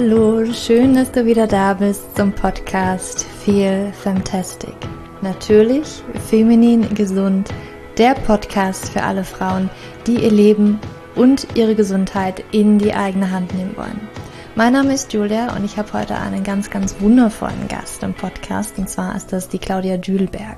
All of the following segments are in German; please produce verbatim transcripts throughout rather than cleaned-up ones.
Hallo, schön, dass du wieder da bist zum Podcast Feel Fantastic. Natürlich feminin gesund, der Podcast für alle Frauen, die ihr Leben und ihre Gesundheit in die eigene Hand nehmen wollen. Mein Name ist Julia und ich habe heute einen ganz, ganz wundervollen Gast im Podcast, und zwar ist das die Claudia Dühlberg.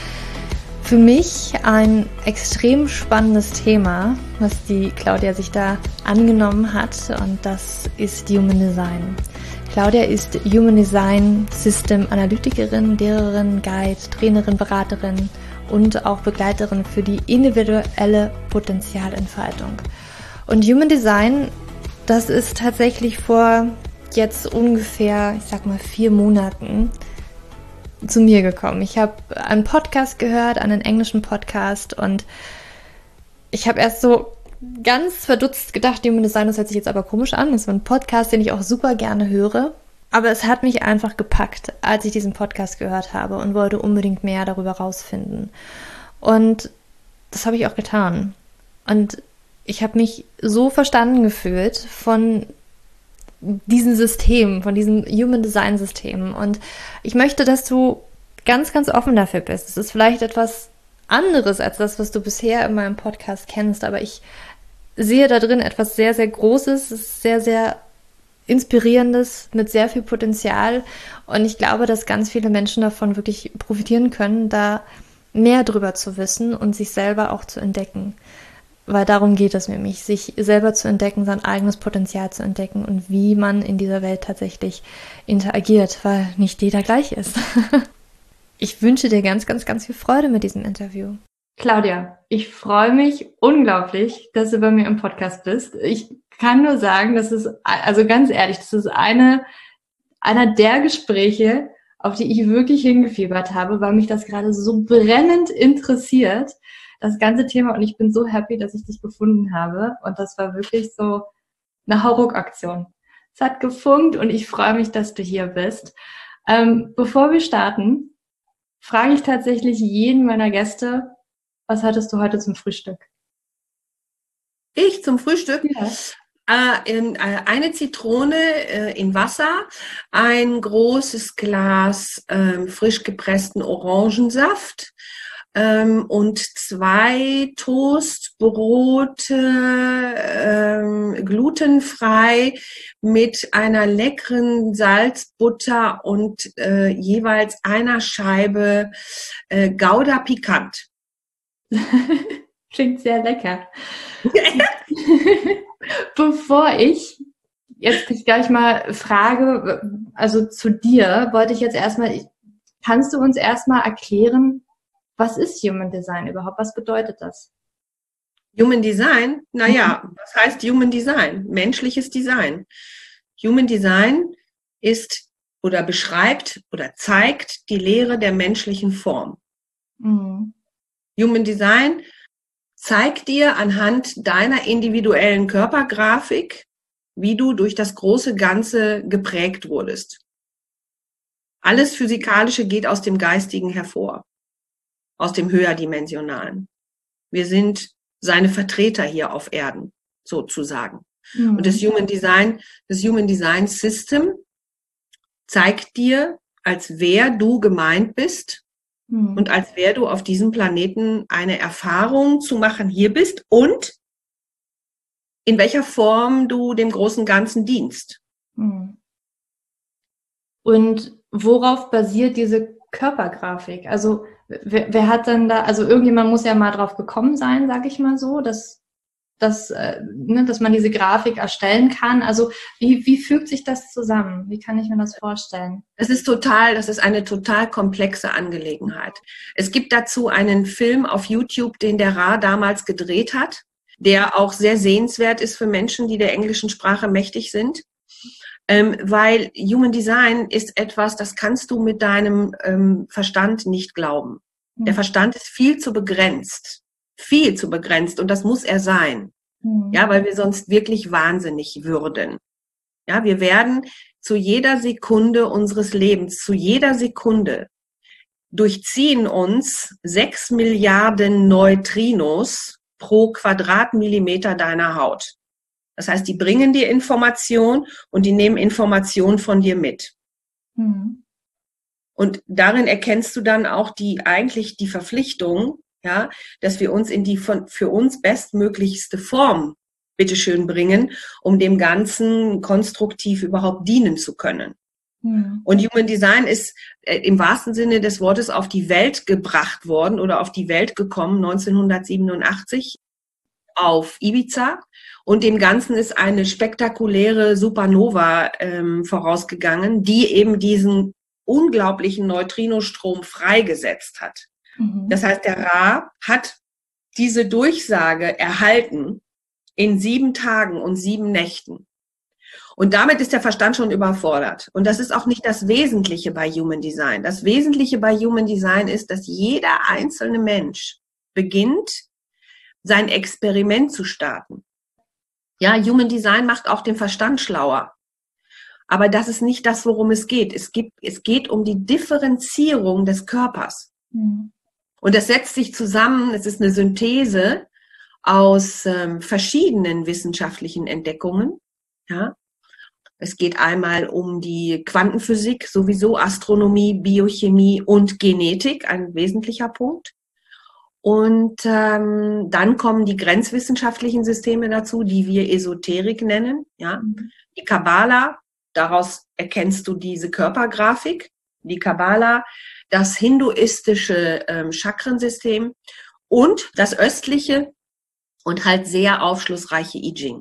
Für mich ein extrem spannendes Thema, was die Claudia sich da angenommen hat, und das ist Human Design. Claudia ist Human Design System Analytikerin, Lehrerin, Guide, Trainerin, Beraterin und auch Begleiterin für die individuelle Potenzialentfaltung. Und Human Design, das ist tatsächlich vor jetzt ungefähr, ich sag mal, vier Monaten zu mir gekommen. Ich habe einen Podcast gehört, einen englischen Podcast, und ich habe erst so ganz verdutzt gedacht, Human Design, das hört sich jetzt aber komisch an. Das ist ein Podcast, den ich auch super gerne höre. Aber es hat mich einfach gepackt, als ich diesen Podcast gehört habe, und wollte unbedingt mehr darüber rausfinden. Und das habe ich auch getan. Und ich habe mich so verstanden gefühlt von diesen Systemen, von diesen Human Design Systemen. Und ich möchte, dass du ganz, ganz offen dafür bist. Es ist vielleicht etwas anderes als das, was du bisher in meinem Podcast kennst, aber ich sehe da drin etwas sehr, sehr Großes. Es ist sehr, sehr Inspirierendes mit sehr viel Potenzial. Und ich glaube, dass ganz viele Menschen davon wirklich profitieren können, da mehr drüber zu wissen und sich selber auch zu entdecken. Weil darum geht es nämlich, sich selber zu entdecken, sein eigenes Potenzial zu entdecken und wie man in dieser Welt tatsächlich interagiert, weil nicht jeder gleich ist. Ich wünsche dir ganz, ganz, ganz viel Freude mit diesem Interview. Claudia, ich freue mich unglaublich, dass du bei mir im Podcast bist. Ich kann nur sagen, das ist, also ganz ehrlich, das ist eine, einer der Gespräche, auf die ich wirklich hingefiebert habe, weil mich das gerade so brennend interessiert, das ganze Thema, und ich bin so happy, dass ich dich gefunden habe, und das war wirklich so eine Hauruck-Aktion. Es hat gefunkt und ich freue mich, dass du hier bist. Ähm, bevor wir starten, frage ich tatsächlich jeden meiner Gäste, was hattest du heute zum Frühstück? Ich zum Frühstück? Ja. Äh, in, äh, eine Zitrone äh, in Wasser, ein großes Glas äh, frisch gepressten Orangensaft, Ähm, und zwei Toastbrote, ähm, glutenfrei, mit einer leckeren Salzbutter und äh, jeweils einer Scheibe äh, Gouda pikant. Klingt sehr lecker. Bevor ich jetzt dich gleich mal frage, also zu dir, wollte ich jetzt erstmal, kannst du uns erstmal erklären, was ist Human Design überhaupt? Was bedeutet das? Human Design? Naja, mhm. Was heißt Human Design? Menschliches Design. Human Design ist oder beschreibt oder zeigt die Lehre der menschlichen Form. Mhm. Human Design zeigt dir anhand deiner individuellen Körpergrafik, wie du durch das große Ganze geprägt wurdest. Alles Physikalische geht aus dem Geistigen hervor. Aus dem Höherdimensionalen. Wir sind seine Vertreter hier auf Erden, sozusagen. Mhm. Und das Human Design, das Human Design System zeigt dir, als wer du gemeint bist, mhm, und als wer du auf diesem Planeten eine Erfahrung zu machen hier bist und in welcher Form du dem großen Ganzen dienst. Mhm. Und worauf basiert diese Körpergrafik? Also wer, wer hat denn da, also irgendjemand muss ja mal drauf gekommen sein, sag ich mal so, dass, dass, äh, ne, dass man diese Grafik erstellen kann. Also wie, wie fügt sich das zusammen? Wie kann ich mir das vorstellen? Es ist total, das ist eine total komplexe Angelegenheit. Es gibt dazu einen Film auf YouTube, den der Ra damals gedreht hat, der auch sehr sehenswert ist für Menschen, die der englischen Sprache mächtig sind. Ähm, weil Human Design ist etwas, das kannst du mit deinem ähm, Verstand nicht glauben. Mhm. Der Verstand ist viel zu begrenzt, viel zu begrenzt, und das muss er sein. Mhm. Ja, weil wir sonst wirklich wahnsinnig würden. Ja, wir werden zu jeder Sekunde unseres Lebens, zu jeder Sekunde durchziehen uns sechs Milliarden Neutrinos pro Quadratmillimeter deiner Haut. Das heißt, die bringen dir Information und die nehmen Information von dir mit. Mhm. Und darin erkennst du dann auch die eigentlich die Verpflichtung, ja, dass wir uns in die von, für uns bestmöglichste Form bitteschön bringen, um dem Ganzen konstruktiv überhaupt dienen zu können. Mhm. Und Human Design ist äh, im wahrsten Sinne des Wortes auf die Welt gebracht worden oder auf die Welt gekommen neunzehnhundertsiebenundachtzig auf Ibiza. Und dem Ganzen ist eine spektakuläre Supernova ähm, vorausgegangen, die eben diesen unglaublichen Neutrinostrom freigesetzt hat. Mhm. Das heißt, der Ra hat diese Durchsage erhalten in sieben Tagen und sieben Nächten. Und damit ist der Verstand schon überfordert. Und das ist auch nicht das Wesentliche bei Human Design. Das Wesentliche bei Human Design ist, dass jeder einzelne Mensch beginnt, sein Experiment zu starten. Ja, Human Design macht auch den Verstand schlauer. Aber das ist nicht das, worum es geht. Es gibt, es geht um die Differenzierung des Körpers. Mhm. Und das setzt sich zusammen, es ist eine Synthese aus ähm, verschiedenen wissenschaftlichen Entdeckungen. Ja. Es geht einmal um die Quantenphysik, sowieso Astronomie, Biochemie und Genetik, ein wesentlicher Punkt. Und ähm, dann kommen die grenzwissenschaftlichen Systeme dazu, die wir Esoterik nennen. Ja. Mhm. Die Kabbala, daraus erkennst du diese Körpergrafik, die Kabbala, das hinduistische ähm, Chakrensystem und das östliche und halt sehr aufschlussreiche I Ching.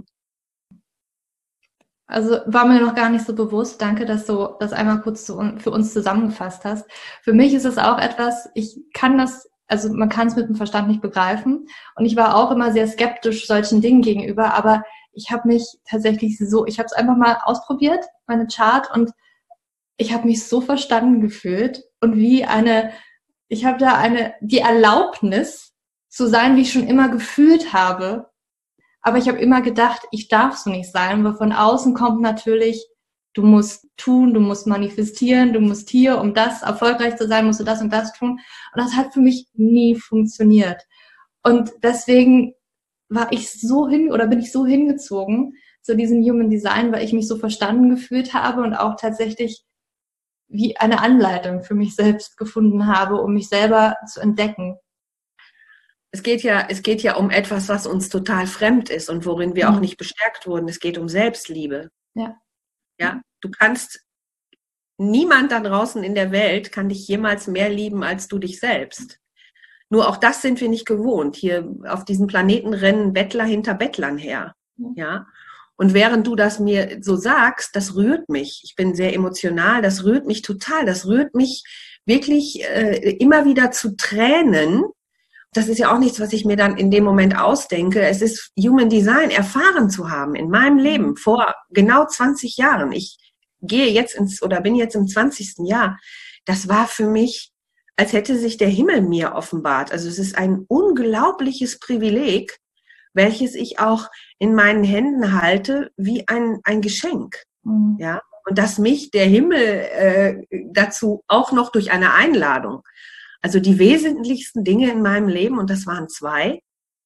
Also war mir noch gar nicht so bewusst. Danke, dass du das einmal kurz für uns zusammengefasst hast. Für mich ist es auch etwas, ich kann das, also man kann es mit dem Verstand nicht begreifen. Und ich war auch immer sehr skeptisch solchen Dingen gegenüber, aber ich habe mich tatsächlich so, ich habe es einfach mal ausprobiert, meine Chart, und ich habe mich so verstanden gefühlt und wie eine, ich habe da eine, die Erlaubnis zu sein, wie ich schon immer gefühlt habe. Aber ich habe immer gedacht, ich darf so nicht sein, weil von außen kommt natürlich, du musst tun, du musst manifestieren, du musst hier, um das erfolgreich zu sein, musst du das und das tun. Und das hat für mich nie funktioniert. Und deswegen war ich so hin oder bin ich so hingezogen zu diesem Human Design, weil ich mich so verstanden gefühlt habe und auch tatsächlich wie eine Anleitung für mich selbst gefunden habe, um mich selber zu entdecken. Es geht ja, es geht ja um etwas, was uns total fremd ist und worin wir mhm. auch nicht bestärkt wurden. Es geht um Selbstliebe. Ja. Ja, du kannst, niemand da draußen in der Welt kann dich jemals mehr lieben als du dich selbst. Nur auch das sind wir nicht gewohnt. Hier auf diesem Planeten rennen Bettler hinter Bettlern her. Mhm. Ja. Und während du das mir so sagst, das rührt mich. Ich bin sehr emotional, das rührt mich total. Das rührt mich wirklich äh, immer wieder zu Tränen. Das ist ja auch nichts, was ich mir dann in dem Moment ausdenke. Es ist Human Design erfahren zu haben in meinem Leben vor genau zwanzig Jahren. Ich gehe jetzt ins oder bin jetzt im zwanzigsten Jahr. Das war für mich, als hätte sich der Himmel mir offenbart. Also es ist ein unglaubliches Privileg, welches ich auch in meinen Händen halte wie ein, ein Geschenk. Mhm. Ja, und dass mich der Himmel äh, dazu auch noch durch eine Einladung, also die wesentlichsten Dinge in meinem Leben, und das waren zwei,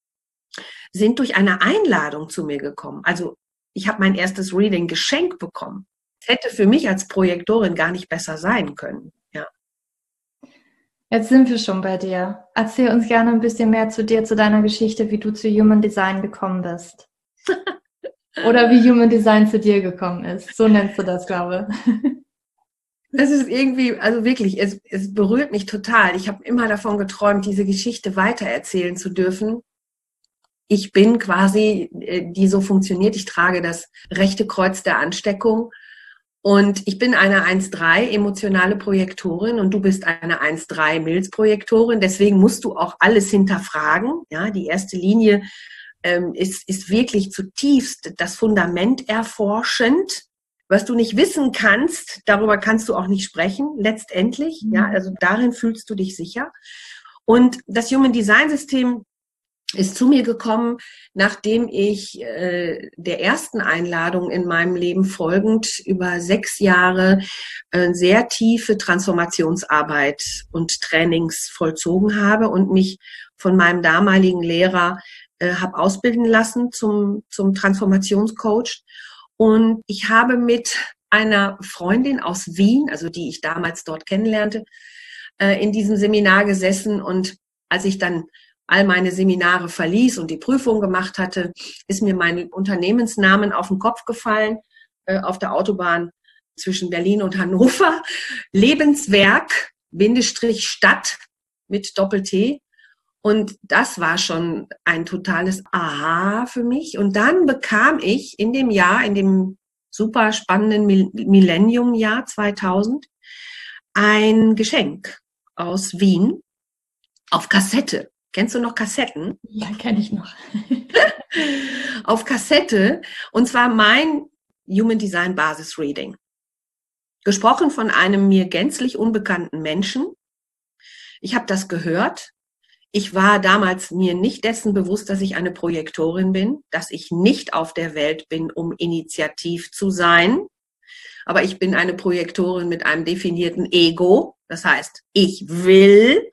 sind durch eine Einladung zu mir gekommen. Also ich habe mein erstes Reading geschenkt bekommen. Es hätte für mich als Projektorin gar nicht besser sein können. Ja. Jetzt sind wir schon bei dir. Erzähl uns gerne ein bisschen mehr zu dir, zu deiner Geschichte, wie du zu Human Design gekommen bist. Oder wie Human Design zu dir gekommen ist. So nennst du das, glaube ich. Das ist irgendwie, also wirklich, es, es berührt mich total. Ich habe immer davon geträumt, diese Geschichte weitererzählen zu dürfen. Ich bin quasi, die so funktioniert, ich trage das rechte Kreuz der Ansteckung und ich bin eine eins drei emotionale Projektorin und du bist eine eins drei Milzprojektorin. Deswegen musst du auch alles hinterfragen. Ja, die erste Linie ähm, ist, ist wirklich zutiefst das Fundament erforschend. Was du nicht wissen kannst, darüber kannst du auch nicht sprechen, letztendlich. Ja, also darin fühlst du dich sicher. Und das Human Design System ist zu mir gekommen, nachdem ich äh, der ersten Einladung in meinem Leben folgend über sechs Jahre äh, sehr tiefe Transformationsarbeit und Trainings vollzogen habe und mich von meinem damaligen Lehrer äh, habe ausbilden lassen zum, zum Transformationscoach. Und ich habe mit einer Freundin aus Wien, also die ich damals dort kennenlernte, äh, in diesem Seminar gesessen. Und als ich dann all meine Seminare verließ und die Prüfung gemacht hatte, ist mir mein Unternehmensnamen auf den Kopf gefallen, äh, auf der Autobahn zwischen Berlin und Hannover. Lebenswerk, Bindestrich Stadt mit Doppel-T. Und das war schon ein totales Aha für mich. Und dann bekam ich in dem Jahr, in dem super spannenden Millennium-Jahr zweitausend, ein Geschenk aus Wien auf Kassette. Kennst du noch Kassetten? Ja, kenne ich noch. Auf Kassette. Und zwar mein Human Design Basis Reading. Gesprochen von einem mir gänzlich unbekannten Menschen. Ich habe das gehört. Ich war damals mir nicht dessen bewusst, dass ich eine Projektorin bin, dass ich nicht auf der Welt bin, um initiativ zu sein. Aber ich bin eine Projektorin mit einem definierten Ego. Das heißt, ich will.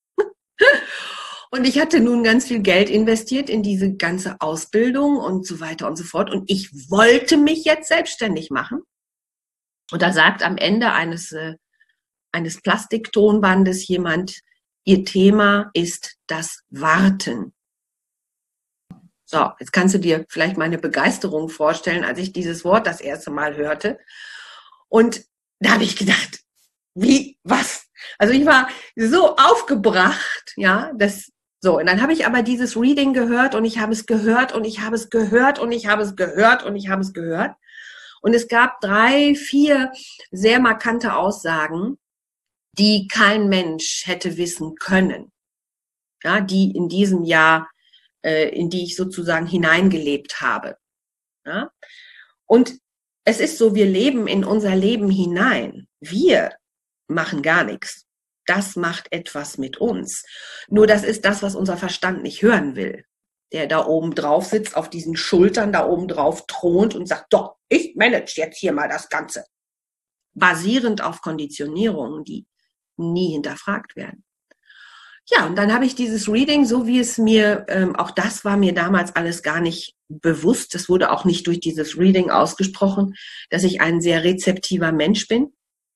Und ich hatte nun ganz viel Geld investiert in diese ganze Ausbildung und so weiter und so fort. Und ich wollte mich jetzt selbstständig machen. Und da sagt am Ende eines, äh, eines Plastiktonbandes jemand, ihr Thema ist das Warten. So, jetzt kannst du dir vielleicht meine Begeisterung vorstellen, als ich dieses Wort das erste Mal hörte. Und da habe ich gedacht, wie, was? Also ich war so aufgebracht, ja, das, so. Und dann habe ich aber dieses Reading gehört und ich habe es gehört und ich habe es gehört und ich habe es gehört und ich habe es gehört. Und es gab drei, vier sehr markante Aussagen, die kein Mensch hätte wissen können, ja, die in diesem Jahr, äh, in die ich sozusagen hineingelebt habe. Ja. Und es ist so, wir leben in unser Leben hinein. Wir machen gar nichts. Das macht etwas mit uns. Nur das ist das, was unser Verstand nicht hören will. Der da oben drauf sitzt, auf diesen Schultern da oben drauf thront und sagt, doch, ich manage jetzt hier mal das Ganze. Basierend auf Konditionierungen, die nie hinterfragt werden. Ja, und dann habe ich dieses Reading, so wie es mir, ähm, auch das war mir damals alles gar nicht bewusst, das wurde auch nicht durch dieses Reading ausgesprochen, dass ich ein sehr rezeptiver Mensch bin,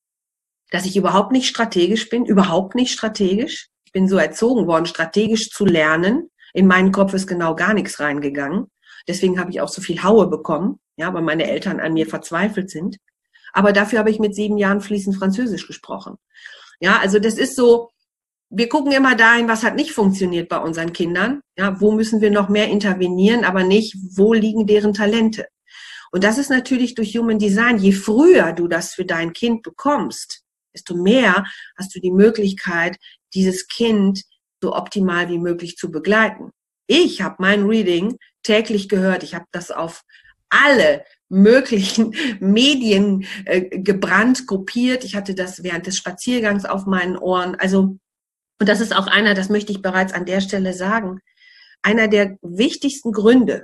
dass ich überhaupt nicht strategisch bin, überhaupt nicht strategisch. Ich bin so erzogen worden, strategisch zu lernen. In meinen Kopf ist genau gar nichts reingegangen. Deswegen habe ich auch so viel Haue bekommen, ja, weil meine Eltern an mir verzweifelt sind. Aber dafür habe ich mit sieben Jahren fließend Französisch gesprochen. Ja, also das ist so, wir gucken immer dahin, was hat nicht funktioniert bei unseren Kindern. Ja, wo müssen wir noch mehr intervenieren, aber nicht, wo liegen deren Talente. Und das ist natürlich durch Human Design, je früher du das für dein Kind bekommst, desto mehr hast du die Möglichkeit, dieses Kind so optimal wie möglich zu begleiten. Ich habe mein Reading täglich gehört. Ich habe das auf alle möglichen Medien äh, gebrannt, kopiert. Ich hatte das während des Spaziergangs auf meinen Ohren. Also, und das ist auch einer, das möchte ich bereits an der Stelle sagen, einer der wichtigsten Gründe,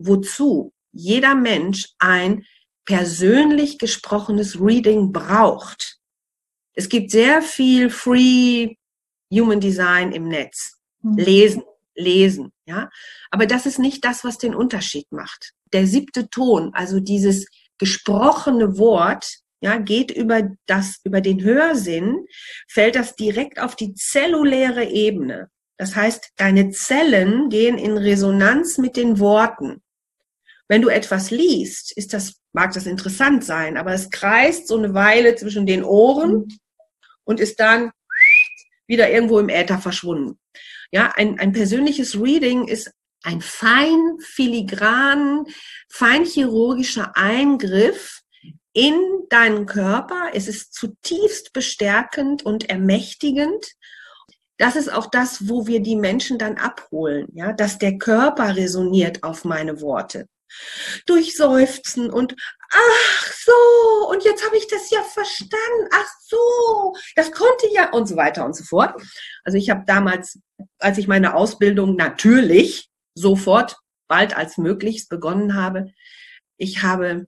wozu jeder Mensch ein persönlich gesprochenes Reading braucht. Es gibt sehr viel Free Human Design im Netz. Lesen, lesen, ja. Aber das ist nicht das, was den Unterschied macht. Der siebte Ton, also dieses gesprochene Wort, ja, geht über das, über den Hörsinn, fällt das direkt auf die zelluläre Ebene. Das heißt, deine Zellen gehen in Resonanz mit den Worten. Wenn du etwas liest, ist das, mag das interessant sein, aber es kreist so eine Weile zwischen den Ohren und ist dann wieder irgendwo im Äther verschwunden. Ja, ein, ein persönliches Reading ist ein fein, filigran, feinchirurgischer Eingriff in deinen Körper. Es ist zutiefst bestärkend und ermächtigend. Das ist auch das, wo wir die Menschen dann abholen, ja, dass der Körper resoniert auf meine Worte. Durch Seufzen und ach so, und jetzt habe ich das ja verstanden, ach so, das konnte ja und so weiter und so fort. Also ich habe damals, als ich meine Ausbildung natürlich sofort, bald als möglichst begonnen habe, ich habe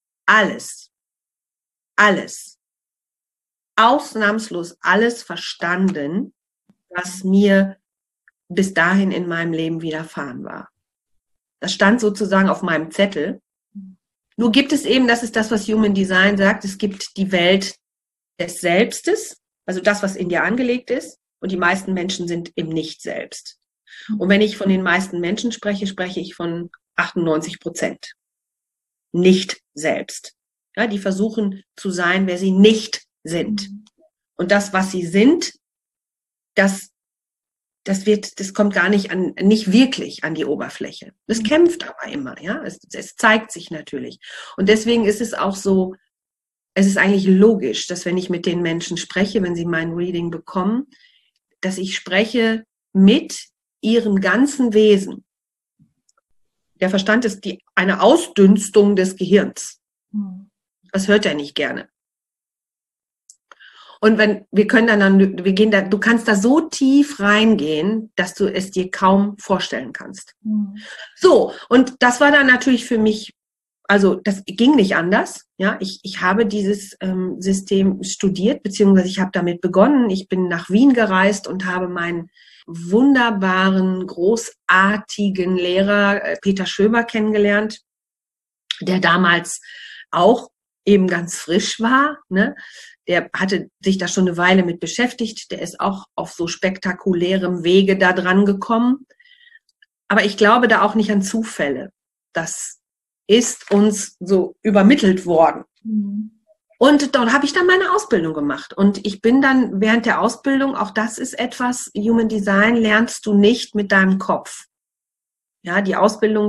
alles, alles, ausnahmslos alles verstanden, was mir bis dahin in meinem Leben widerfahren war. Das stand sozusagen auf meinem Zettel. Nur gibt es eben, das ist das, was Human Design sagt, es gibt die Welt des Selbstes, also das, was in dir angelegt ist, und die meisten Menschen sind im Nicht-Selbst. Und wenn ich von den meisten Menschen spreche, spreche ich von achtundneunzig Prozent. Nicht selbst. Ja, die versuchen zu sein, wer sie nicht sind. Und das, was sie sind, das, das wird, das kommt gar nicht an, nicht wirklich an die Oberfläche. Das kämpft aber immer, ja. Es, es zeigt sich natürlich. Und deswegen ist es auch so, es ist eigentlich logisch, dass wenn ich mit den Menschen spreche, wenn sie mein Reading bekommen, dass ich spreche mit ihrem ganzen Wesen. Der Verstand ist die, eine Ausdünstung des Gehirns. Das hört er nicht gerne. Und wenn, wir können dann, wir gehen da, du kannst da so tief reingehen, dass du es dir kaum vorstellen kannst. Mhm. So, und das war dann natürlich für mich, also das ging nicht anders. Ja, ich, ich habe dieses ähm, System studiert, beziehungsweise ich habe damit begonnen. Ich bin nach Wien gereist und habe meinen wunderbaren, großartigen Lehrer äh, Peter Schöber kennengelernt, der damals auch eben ganz frisch war, ne? Der hatte sich da schon eine Weile mit beschäftigt. Der ist auch auf so spektakulärem Wege da dran gekommen. Aber ich glaube da auch nicht an Zufälle. Das ist uns so übermittelt worden. Mhm. Und dort habe ich dann meine Ausbildung gemacht. Und ich bin dann während der Ausbildung, auch das ist etwas, Human Design lernst du nicht mit deinem Kopf. Ja, die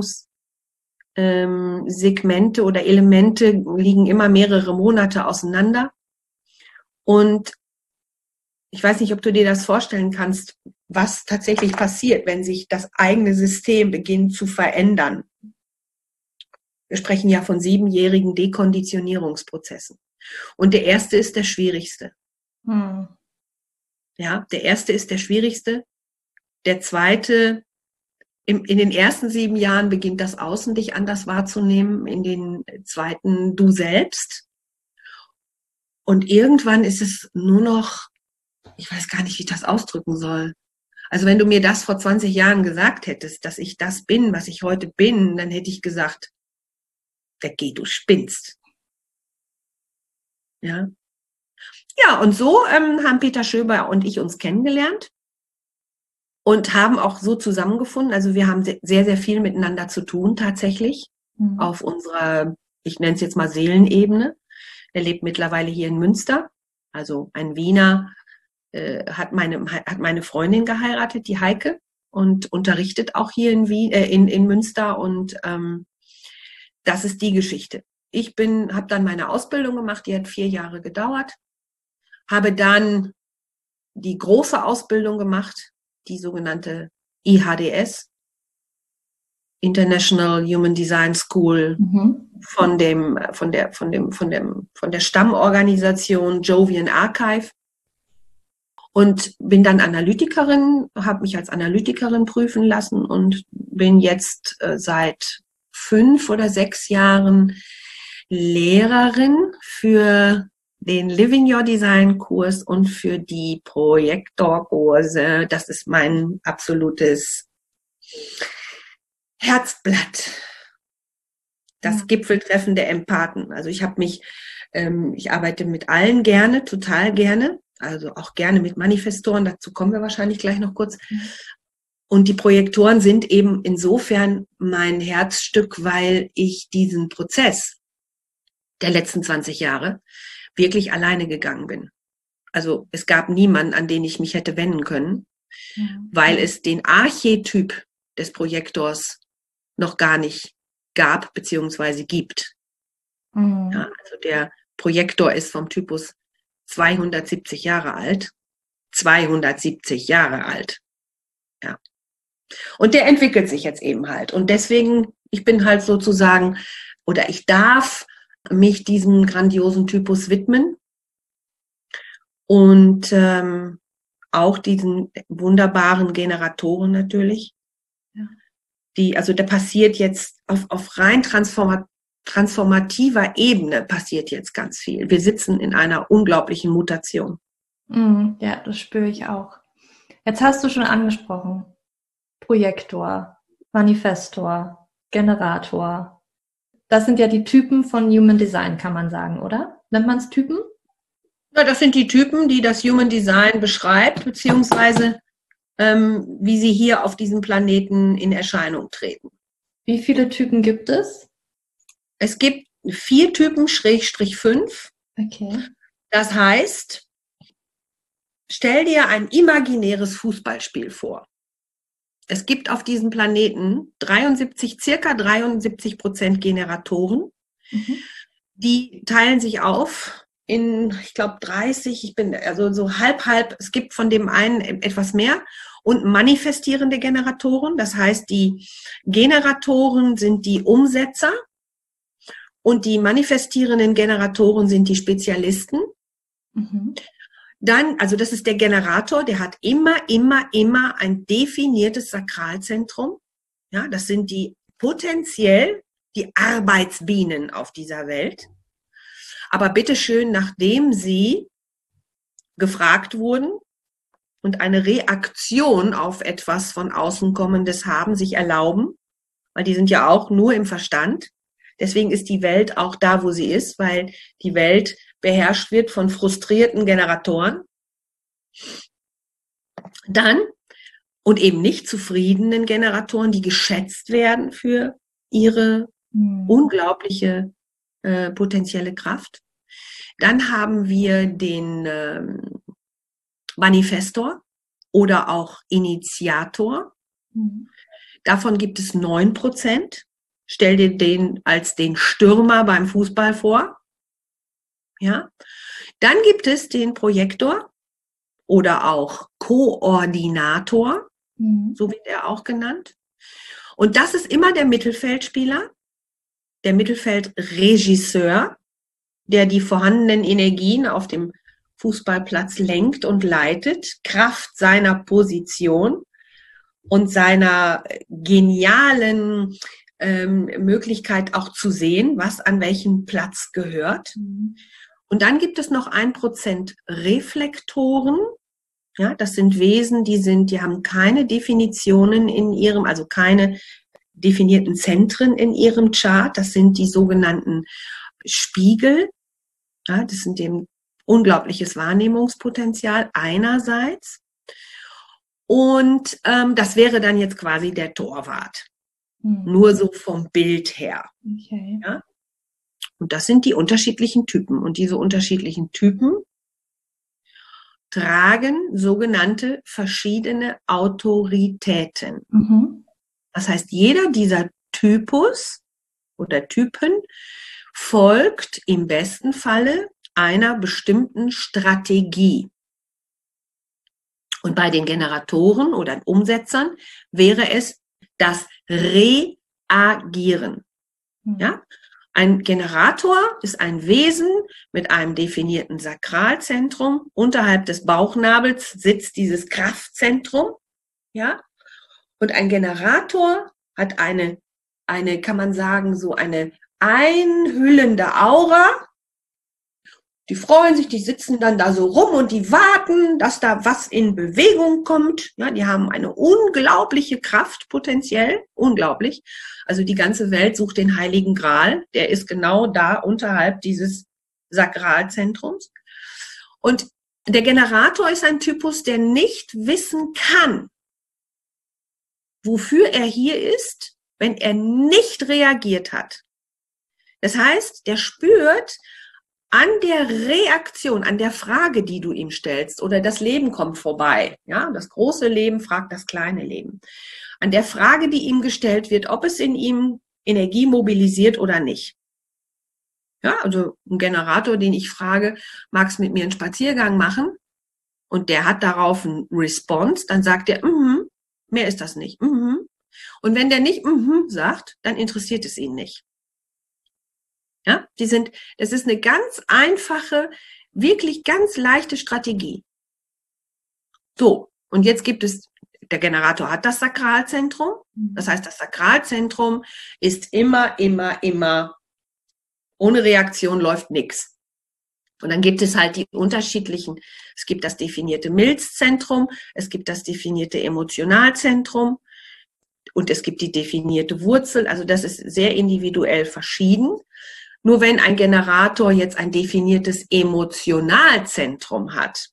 Ausbildungssegmente oder Elemente liegen immer mehrere Monate auseinander. Und ich weiß nicht, ob du dir das vorstellen kannst, was tatsächlich passiert, wenn sich das eigene System beginnt zu verändern. Wir sprechen ja von siebenjährigen Dekonditionierungsprozessen. Und der erste ist der schwierigste. Hm. Ja, der erste ist der schwierigste. Der zweite, im, in den ersten sieben Jahren beginnt das Außen dich anders wahrzunehmen, in den zweiten du selbst. Und irgendwann ist es nur noch, ich weiß gar nicht, wie ich das ausdrücken soll. Also wenn du mir das vor zwanzig Jahren gesagt hättest, dass ich das bin, was ich heute bin, dann hätte ich gesagt, weggeh, du spinnst. Ja, ja, und so ähm, haben Peter Schöber und ich uns kennengelernt und haben auch so zusammengefunden. Also wir haben sehr, sehr viel miteinander zu tun tatsächlich mhm. auf unserer, ich nenne es jetzt mal Seelenebene. Er lebt mittlerweile hier in Münster, also ein Wiener, äh, hat meine hat meine Freundin geheiratet, die Heike, und unterrichtet auch hier in Wien, äh, in, in Münster, und ähm, das ist die Geschichte. Ich bin, habe dann meine Ausbildung gemacht, die hat vier Jahre gedauert, habe dann die große Ausbildung gemacht, die sogenannte I H D S, International Human Design School, mhm. von dem, von der, von dem, von dem, von der Stammorganisation Jovian Archive, und bin dann Analytikerin, habe mich als Analytikerin prüfen lassen und bin jetzt äh, seit fünf oder sechs Jahren Lehrerin für den Living Your Design Kurs und für die Projektorkurse. Das ist mein absolutes Herzblatt. Das ja. Gipfeltreffen der Empathen. Also ich habe mich, ähm, ich arbeite mit allen gerne, total gerne. Also auch gerne mit Manifestoren. Dazu kommen wir wahrscheinlich gleich noch kurz. Mhm. Und die Projektoren sind eben insofern mein Herzstück, weil ich diesen Prozess der letzten zwanzig Jahre wirklich alleine gegangen bin. Also es gab niemanden, an den ich mich hätte wenden können, mhm. weil es den Archetyp des Projektors noch gar nicht gab beziehungsweise gibt. Mhm. Ja, also der Projektor ist vom Typus zweihundertsiebzig Jahre alt. zweihundertsiebzig Jahre alt. Ja. Und der entwickelt sich jetzt eben halt. Und deswegen, ich bin halt sozusagen, oder ich darf mich diesem grandiosen Typus widmen und ähm, auch diesen wunderbaren Generatoren natürlich. Ja. Die, also da passiert jetzt auf, auf rein transforma- transformativer Ebene passiert jetzt ganz viel. Wir sitzen in einer unglaublichen Mutation. Mm, ja, das spüre ich auch. Jetzt hast du schon angesprochen, Projektor, Manifestor. Generator. Das sind ja die Typen von Human Design, kann man sagen, oder? Nennt man es Typen? Ja, das sind die Typen, die das Human Design beschreibt, beziehungsweise ähm, wie sie hier auf diesem Planeten in Erscheinung treten. Wie viele Typen gibt es? Es gibt vier Typen, Schrägstrich fünf. Okay. Das heißt, stell dir ein imaginäres Fußballspiel vor. Es gibt auf diesem Planeten dreiundsiebzig, circa dreiundsiebzig Prozent Generatoren. Mhm. Die teilen sich auf in, ich glaube, dreißig, ich bin also so halb, halb. Es gibt von dem einen etwas mehr und manifestierende Generatoren. Das heißt, die Generatoren sind die Umsetzer und die manifestierenden Generatoren sind die Spezialisten. Mhm. Dann, also das ist der Generator, der hat immer, immer, immer ein definiertes Sakralzentrum. Ja, das sind die potenziell die Arbeitsbienen auf dieser Welt. Aber bitteschön, nachdem sie gefragt wurden und eine Reaktion auf etwas von außen kommendes haben, sich erlauben, weil die sind ja auch nur im Verstand. Deswegen ist die Welt auch da, wo sie ist, weil die Welt beherrscht wird von frustrierten Generatoren. Dann, und eben nicht zufriedenen Generatoren, die geschätzt werden für ihre mhm. unglaubliche äh, potenzielle Kraft. Dann haben wir den ähm, Manifestor oder auch Initiator. Mhm. Davon gibt es neun Prozent. Stell dir den als den Stürmer beim Fußball vor. Ja. Dann gibt es den Projektor oder auch Koordinator, mhm. so wird er auch genannt. Und das ist immer der Mittelfeldspieler, der Mittelfeldregisseur, der die vorhandenen Energien auf dem Fußballplatz lenkt und leitet, Kraft seiner Position und seiner genialen ähm, Möglichkeit auch zu sehen, was an welchem Platz gehört. Mhm. Und dann gibt es noch ein Prozent Reflektoren. Ja, das sind Wesen, die sind, die haben keine Definitionen in ihrem, also keine definierten Zentren in ihrem Chart. Das sind die sogenannten Spiegel. Ja, das sind dem unglaubliches Wahrnehmungspotenzial einerseits. Und ähm, das wäre dann jetzt quasi der Torwart. Hm. Nur so vom Bild her. Okay. Ja? Und das sind die unterschiedlichen Typen. Und diese unterschiedlichen Typen tragen sogenannte verschiedene Autoritäten. Mhm. Das heißt, jeder dieser Typus oder Typen folgt im besten Falle einer bestimmten Strategie. Und bei den Generatoren oder Umsetzern wäre es das Reagieren. Mhm. Ja? Ein Generator ist ein Wesen mit einem definierten Sakralzentrum. Unterhalb des Bauchnabels sitzt dieses Kraftzentrum. Ja? Und ein Generator hat eine, eine, kann man sagen, so eine einhüllende Aura. Die freuen sich, die sitzen dann da so rum und die warten, dass da was in Bewegung kommt. Ja, die haben eine unglaubliche Kraft potenziell, unglaublich. Also die ganze Welt sucht den Heiligen Gral, der ist genau da unterhalb dieses Sakralzentrums. Und der Generator ist ein Typus, der nicht wissen kann, wofür er hier ist, wenn er nicht reagiert hat. Das heißt, der spürt, an der Reaktion, an der Frage, die du ihm stellst, oder das Leben kommt vorbei, ja, das große Leben fragt das kleine Leben, an der Frage, die ihm gestellt wird, ob es in ihm Energie mobilisiert oder nicht. Ja, also ein Generator, den ich frage, magst du mit mir einen Spaziergang machen? Und der hat darauf einen Response, dann sagt er, mhm, mehr ist das nicht. Mhm. Und wenn der nicht mhm sagt, dann interessiert es ihn nicht. Ja, die sind, das ist eine ganz einfache, wirklich ganz leichte Strategie. So, und jetzt gibt es, der Generator hat das Sakralzentrum. Das heißt, das Sakralzentrum ist immer, immer, immer, ohne Reaktion läuft nichts. Und dann gibt es halt die unterschiedlichen, es gibt das definierte Milzzentrum, es gibt das definierte Emotionalzentrum und es gibt die definierte Wurzel. Also das ist sehr individuell verschieden. Nur wenn ein Generator jetzt ein definiertes Emotionalzentrum hat,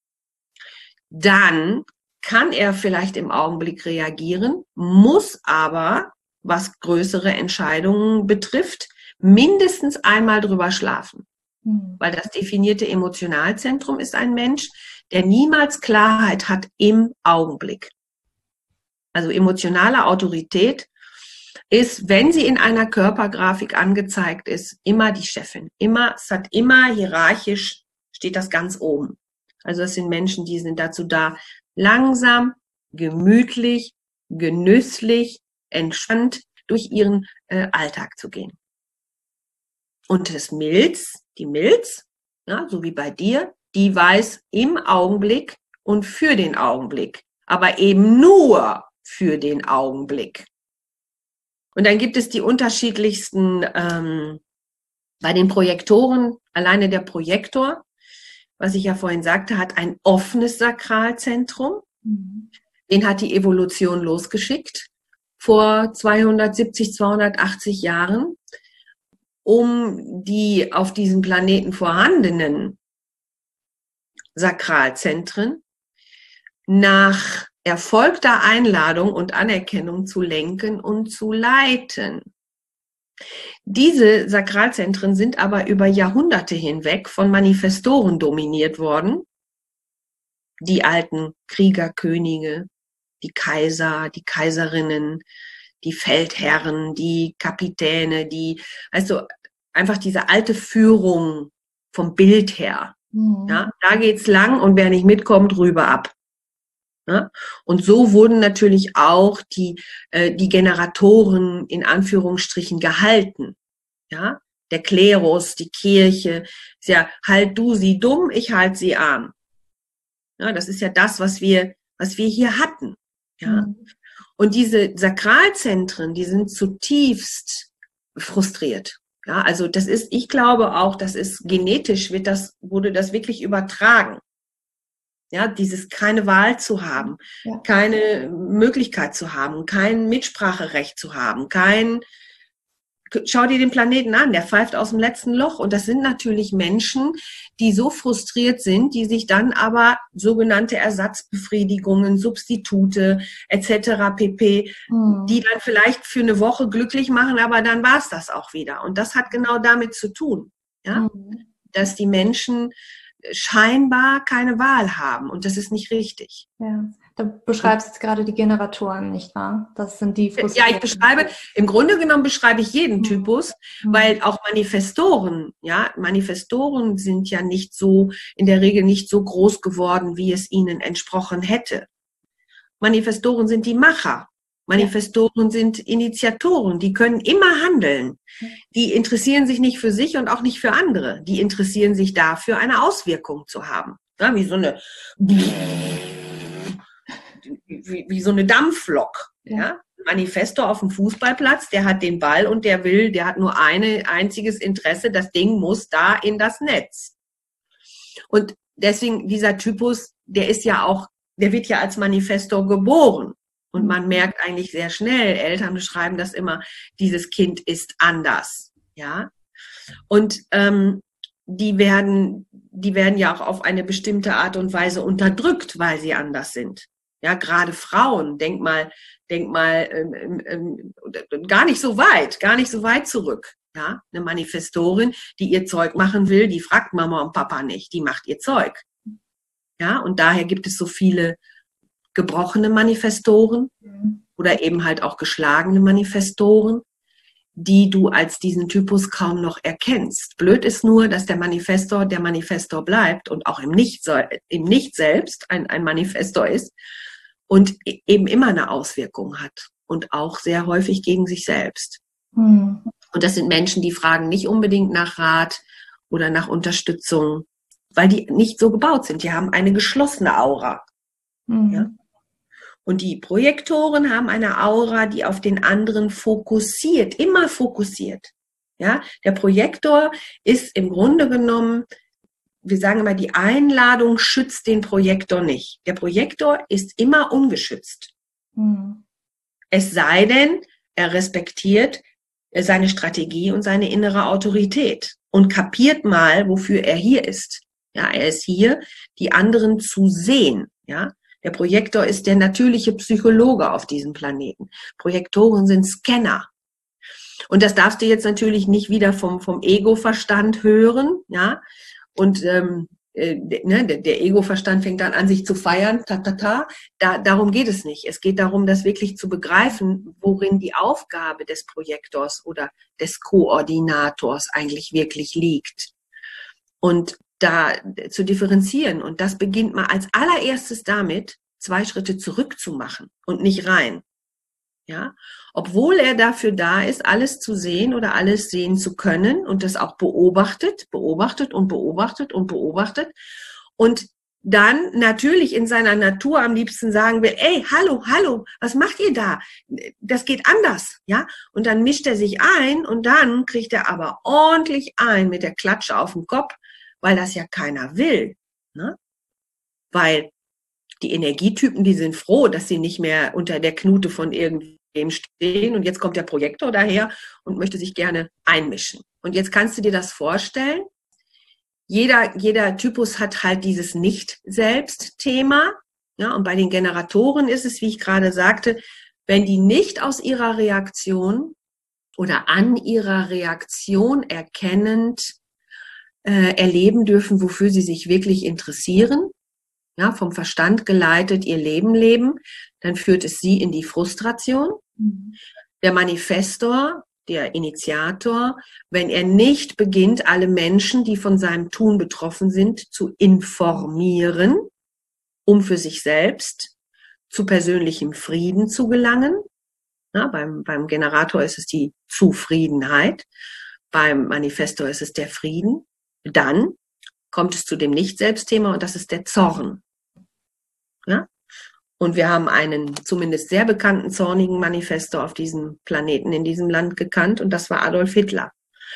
dann kann er vielleicht im Augenblick reagieren, muss aber, was größere Entscheidungen betrifft, mindestens einmal drüber schlafen. Mhm. Weil das definierte Emotionalzentrum ist ein Mensch, der niemals Klarheit hat im Augenblick. Also emotionale Autorität ist, wenn sie in einer Körpergrafik angezeigt ist, immer die Chefin. Immer, es hat immer hierarchisch, steht das ganz oben. Also das sind Menschen, die sind dazu da, langsam, gemütlich, genüsslich, entspannt durch ihren äh, Alltag zu gehen. Und das Milz, die Milz, ja, so wie bei dir, die weiß im Augenblick und für den Augenblick, aber eben nur für den Augenblick. Und dann gibt es die unterschiedlichsten, ähm, bei den Projektoren, alleine der Projektor, was ich ja vorhin sagte, hat ein offenes Sakralzentrum. Mhm. Den hat die Evolution losgeschickt vor zweihundertsiebzig, zweihundertachtzig Jahren, um die auf diesem Planeten vorhandenen Sakralzentren nach erfolgter Einladung und Anerkennung zu lenken und zu leiten. Diese Sakralzentren sind aber über Jahrhunderte hinweg von Manifestoren dominiert worden. Die alten Kriegerkönige, die Kaiser, die Kaiserinnen, die Feldherren, die Kapitäne, die, also einfach diese alte Führung vom Bild her. Mhm. Ja, da geht's lang und wer nicht mitkommt, rüber ab. Ja? Und so wurden natürlich auch die, äh, die Generatoren in Anführungsstrichen gehalten. Ja? Der Klerus, die Kirche, ist ja, halt du sie dumm, ich halt sie arm. Ja, das ist ja das, was wir, was wir hier hatten. Ja? Mhm. Und diese Sakralzentren, die sind zutiefst frustriert. Ja, also das ist, ich glaube auch, das ist genetisch, wird das, wurde das wirklich übertragen. Ja, dieses keine Wahl zu haben, ja. Keine Möglichkeit zu haben, kein Mitspracherecht zu haben, kein, schau dir den Planeten an, der pfeift aus dem letzten Loch. Und das sind natürlich Menschen, die so frustriert sind, die sich dann aber sogenannte Ersatzbefriedigungen, Substitute et cetera pp., mhm. die dann vielleicht für eine Woche glücklich machen, aber dann war es das auch wieder. Und das hat genau damit zu tun, ja, mhm. dass die Menschen scheinbar keine Wahl haben. Und das ist nicht richtig. Ja. Du beschreibst jetzt gerade die Generatoren, nicht wahr? Das sind die Ja, ich beschreibe, im Grunde genommen beschreibe ich jeden Typus, mhm. weil auch Manifestoren, ja, Manifestoren sind ja nicht so, in der Regel nicht so groß geworden, wie es ihnen entsprochen hätte. Manifestoren sind die Macher. Manifestoren ja. sind Initiatoren, die können immer handeln. Die interessieren sich nicht für sich und auch nicht für andere. Die interessieren sich dafür, eine Auswirkung zu haben. Ja, wie so eine Wie, wie so eine Dampflok. Ja. Ja? Manifestor auf dem Fußballplatz, der hat den Ball und der will, der hat nur ein einziges Interesse, das Ding muss da in das Netz. Und deswegen, dieser Typus, der ist ja auch, der wird ja als Manifestor geboren. Und man merkt eigentlich sehr schnell, Eltern beschreiben das immer, dieses Kind ist anders. Ja. Und ähm, die werden, die werden ja auch auf eine bestimmte Art und Weise unterdrückt, weil sie anders sind. Ja, gerade Frauen, denk mal, denk mal, ähm, ähm, gar nicht so weit, gar nicht so weit zurück. Ja, eine Manifestorin, die ihr Zeug machen will, die fragt Mama und Papa nicht, die macht ihr Zeug. Ja, und daher gibt es so viele gebrochene Manifestoren mhm. oder eben halt auch geschlagene Manifestoren, die du als diesen Typus kaum noch erkennst. Blöd ist nur, dass der Manifestor der Manifestor bleibt und auch im Nicht, im Nicht selbst ein, ein Manifestor ist und eben immer eine Auswirkung hat und auch sehr häufig gegen sich selbst. Mhm. Und das sind Menschen, die fragen nicht unbedingt nach Rat oder nach Unterstützung, weil die nicht so gebaut sind. Die haben eine geschlossene Aura. Mhm. Ja? Und die Projektoren haben eine Aura, die auf den anderen fokussiert, immer fokussiert. Ja, der Projektor ist im Grunde genommen, wir sagen immer, die Einladung schützt den Projektor nicht. Der Projektor ist immer ungeschützt. Mhm. Es sei denn, er respektiert seine Strategie und seine innere Autorität und kapiert mal, wofür er hier ist. Ja, er ist hier, die anderen zu sehen. Ja, der Projektor ist der natürliche Psychologe auf diesem Planeten. Projektoren sind Scanner. Und das darfst du jetzt natürlich nicht wieder vom, vom Ego-Verstand hören, ja. Und ähm, äh, ne, der, der Ego-Verstand fängt dann an, sich zu feiern, ta, ta, ta. Da, darum geht es nicht. Es geht darum, das wirklich zu begreifen, worin die Aufgabe des Projektors oder des Koordinators eigentlich wirklich liegt. Und da zu differenzieren. Und das beginnt mal als allererstes damit, zwei Schritte zurück zu machen und nicht rein. Ja, obwohl er dafür da ist, alles zu sehen oder alles sehen zu können und das auch beobachtet, beobachtet und beobachtet und beobachtet und dann natürlich in seiner Natur am liebsten sagen will, ey, hallo, hallo, was macht ihr da? Das geht anders, ja? Und dann mischt er sich ein und dann kriegt er aber ordentlich ein mit der Klatsche auf den Kopf, weil das ja keiner will, ne? Weil die Energietypen, die sind froh, dass sie nicht mehr unter der Knute von irgendwem stehen und jetzt kommt der Projektor daher und möchte sich gerne einmischen. Und jetzt kannst du dir das vorstellen, jeder, jeder Typus hat halt dieses Nicht-Selbst-Thema, ja, und bei den Generatoren ist es, wie ich gerade sagte, wenn die nicht aus ihrer Reaktion oder an ihrer Reaktion erkennend äh, erleben dürfen, wofür sie sich wirklich interessieren, ja, vom Verstand geleitet ihr Leben leben, dann führt es sie in die Frustration. Mhm. Der Manifestor, der Initiator, wenn er nicht beginnt, alle Menschen, die von seinem Tun betroffen sind, zu informieren, um für sich selbst zu persönlichem Frieden zu gelangen. Ja, beim, beim Generator ist es die Zufriedenheit, beim Manifestor ist es der Frieden. Dann kommt es zu dem Nicht-Selbst-Thema und das ist der Zorn. Ja? Und wir haben einen zumindest sehr bekannten zornigen Manifestor auf diesem Planeten, in diesem Land gekannt und das war Adolf Hitler.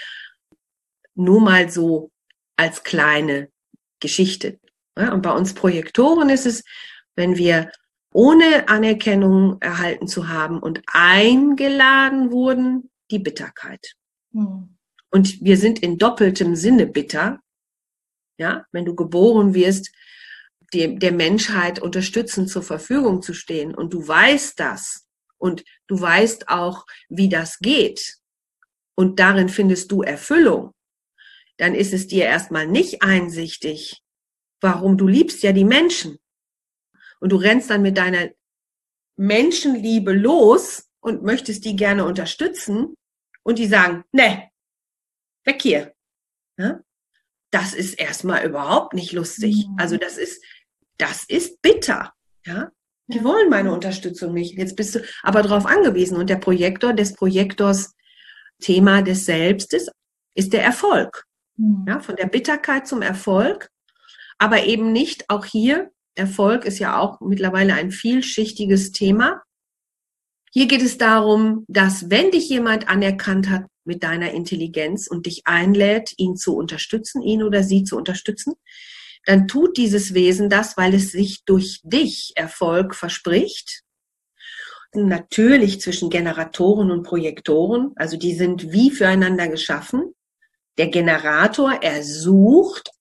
Nur mal so als kleine Geschichte. Ja? Und bei uns Projektoren ist es, wenn wir ohne Anerkennung erhalten zu haben und eingeladen wurden, die Bitterkeit. Hm. Und wir sind in doppeltem Sinne bitter. Ja, wenn du geboren wirst, die, der Menschheit unterstützend zur Verfügung zu stehen und du weißt das und du weißt auch, wie das geht und darin findest du Erfüllung, dann ist es dir erstmal nicht einsichtig, warum du liebst ja die Menschen. Und du rennst dann mit deiner Menschenliebe los und möchtest die gerne unterstützen und die sagen, ne, weg hier. Ja? Das ist erstmal überhaupt nicht lustig. Also das ist, das ist bitter. Ja, die ja. wollen meine Unterstützung nicht. Jetzt bist du aber darauf angewiesen. Und der Projektor des Projektors Thema des Selbstes ist der Erfolg. Mhm. Ja, von der Bitterkeit zum Erfolg. Aber eben nicht auch hier, Erfolg ist ja auch mittlerweile ein vielschichtiges Thema. Hier geht es darum, dass wenn dich jemand anerkannt hat mit deiner Intelligenz und dich einlädt, ihn zu unterstützen, ihn oder sie zu unterstützen, dann tut dieses Wesen das, weil es sich durch dich Erfolg verspricht. Natürlich zwischen Generatoren und Projektoren, also die sind wie füreinander geschaffen. Der Generator, er sucht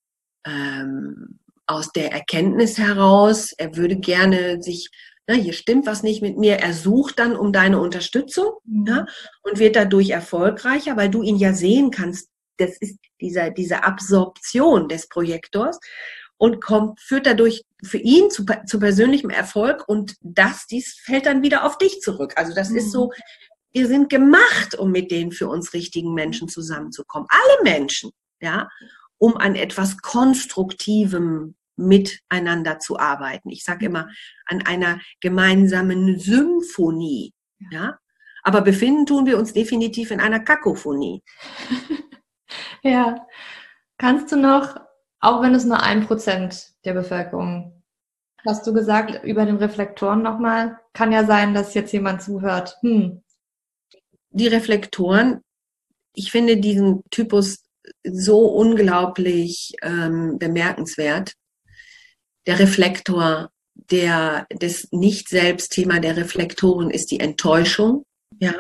ähm, aus der Erkenntnis heraus, er würde gerne sich, na, hier stimmt was nicht mit mir, er sucht dann um deine Unterstützung, mhm. ja, und wird dadurch erfolgreicher, weil du ihn ja sehen kannst. Das ist dieser, diese Absorption des Projektors und kommt, führt dadurch für ihn zu, zu persönlichem Erfolg und das, dies fällt dann wieder auf dich zurück. Also das mhm. ist so, wir sind gemacht, um mit den für uns richtigen Menschen zusammenzukommen. Alle Menschen, ja, um an etwas Konstruktivem miteinander zu arbeiten. Ich sage immer, an einer gemeinsamen Symphonie. Ja? Aber befinden tun wir uns definitiv in einer Kakophonie. Ja. Kannst du noch, auch wenn es nur ein Prozent der Bevölkerung, hast du gesagt, über den Reflektoren nochmal, kann ja sein, dass jetzt jemand zuhört. Hm. Die Reflektoren, ich finde diesen Typus so unglaublich ähm, bemerkenswert. Der Reflektor, der, das Nicht-Selbst-Thema der Reflektoren ist die Enttäuschung. Ja.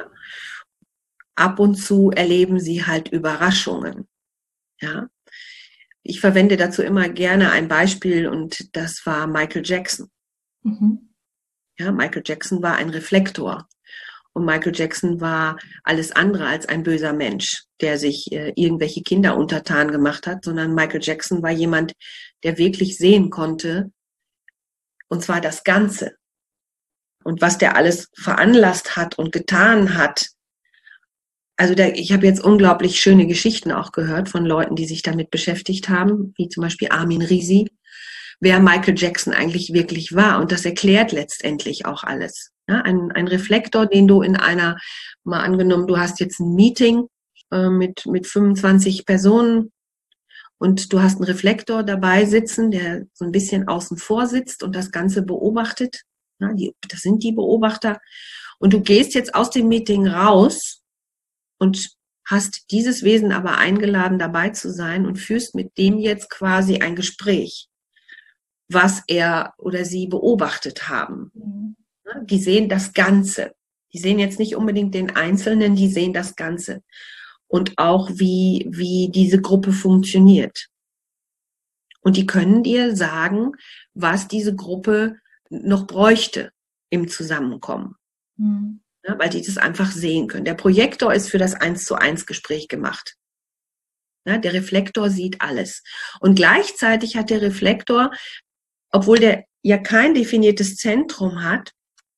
Ab und zu erleben sie halt Überraschungen. Ja. Ich verwende dazu immer gerne ein Beispiel und das war Michael Jackson. Mhm. Ja, Michael Jackson war ein Reflektor. Und Michael Jackson war alles andere als ein böser Mensch, der sich äh, irgendwelche Kinder untertan gemacht hat, sondern Michael Jackson war jemand, der wirklich sehen konnte, und zwar das Ganze. Und was der alles veranlasst hat und getan hat. Also der, ich habe jetzt unglaublich schöne Geschichten auch gehört von Leuten, die sich damit beschäftigt haben, wie zum Beispiel Armin Risi, wer Michael Jackson eigentlich wirklich war. Und das erklärt letztendlich auch alles. Ja, ein, ein Reflektor, den du in einer, mal angenommen, du hast jetzt ein Meeting äh, mit, mit fünfundzwanzig Personen und du hast einen Reflektor dabei sitzen, der so ein bisschen außen vor sitzt und das Ganze beobachtet. Ja, die, das sind die Beobachter. Und du gehst jetzt aus dem Meeting raus und hast dieses Wesen aber eingeladen, dabei zu sein und führst mit dem jetzt quasi ein Gespräch, was er oder sie beobachtet haben. Mhm. Die sehen das Ganze. Die sehen jetzt nicht unbedingt den Einzelnen, die sehen das Ganze. Und auch, wie, wie diese Gruppe funktioniert. Und die können dir sagen, was diese Gruppe noch bräuchte im Zusammenkommen. Mhm. Ja, weil die das einfach sehen können. Der Projektor ist für das eins zu eins Gespräch gemacht. Ja, der Reflektor sieht alles. Und gleichzeitig hat der Reflektor, obwohl der ja kein definiertes Zentrum hat,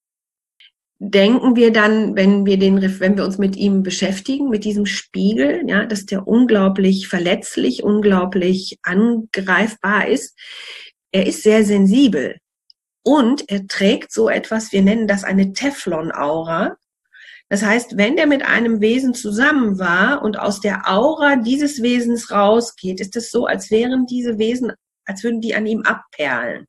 denken wir dann, wenn wir den, wenn wir uns mit ihm beschäftigen, mit diesem Spiegel, ja, dass der unglaublich verletzlich, unglaublich angreifbar ist. Er ist sehr sensibel und er trägt so etwas, wir nennen das eine Teflon-Aura. Das heißt, wenn der mit einem Wesen zusammen war und aus der Aura dieses Wesens rausgeht, ist es so, als wären diese Wesen, als würden die an ihm abperlen.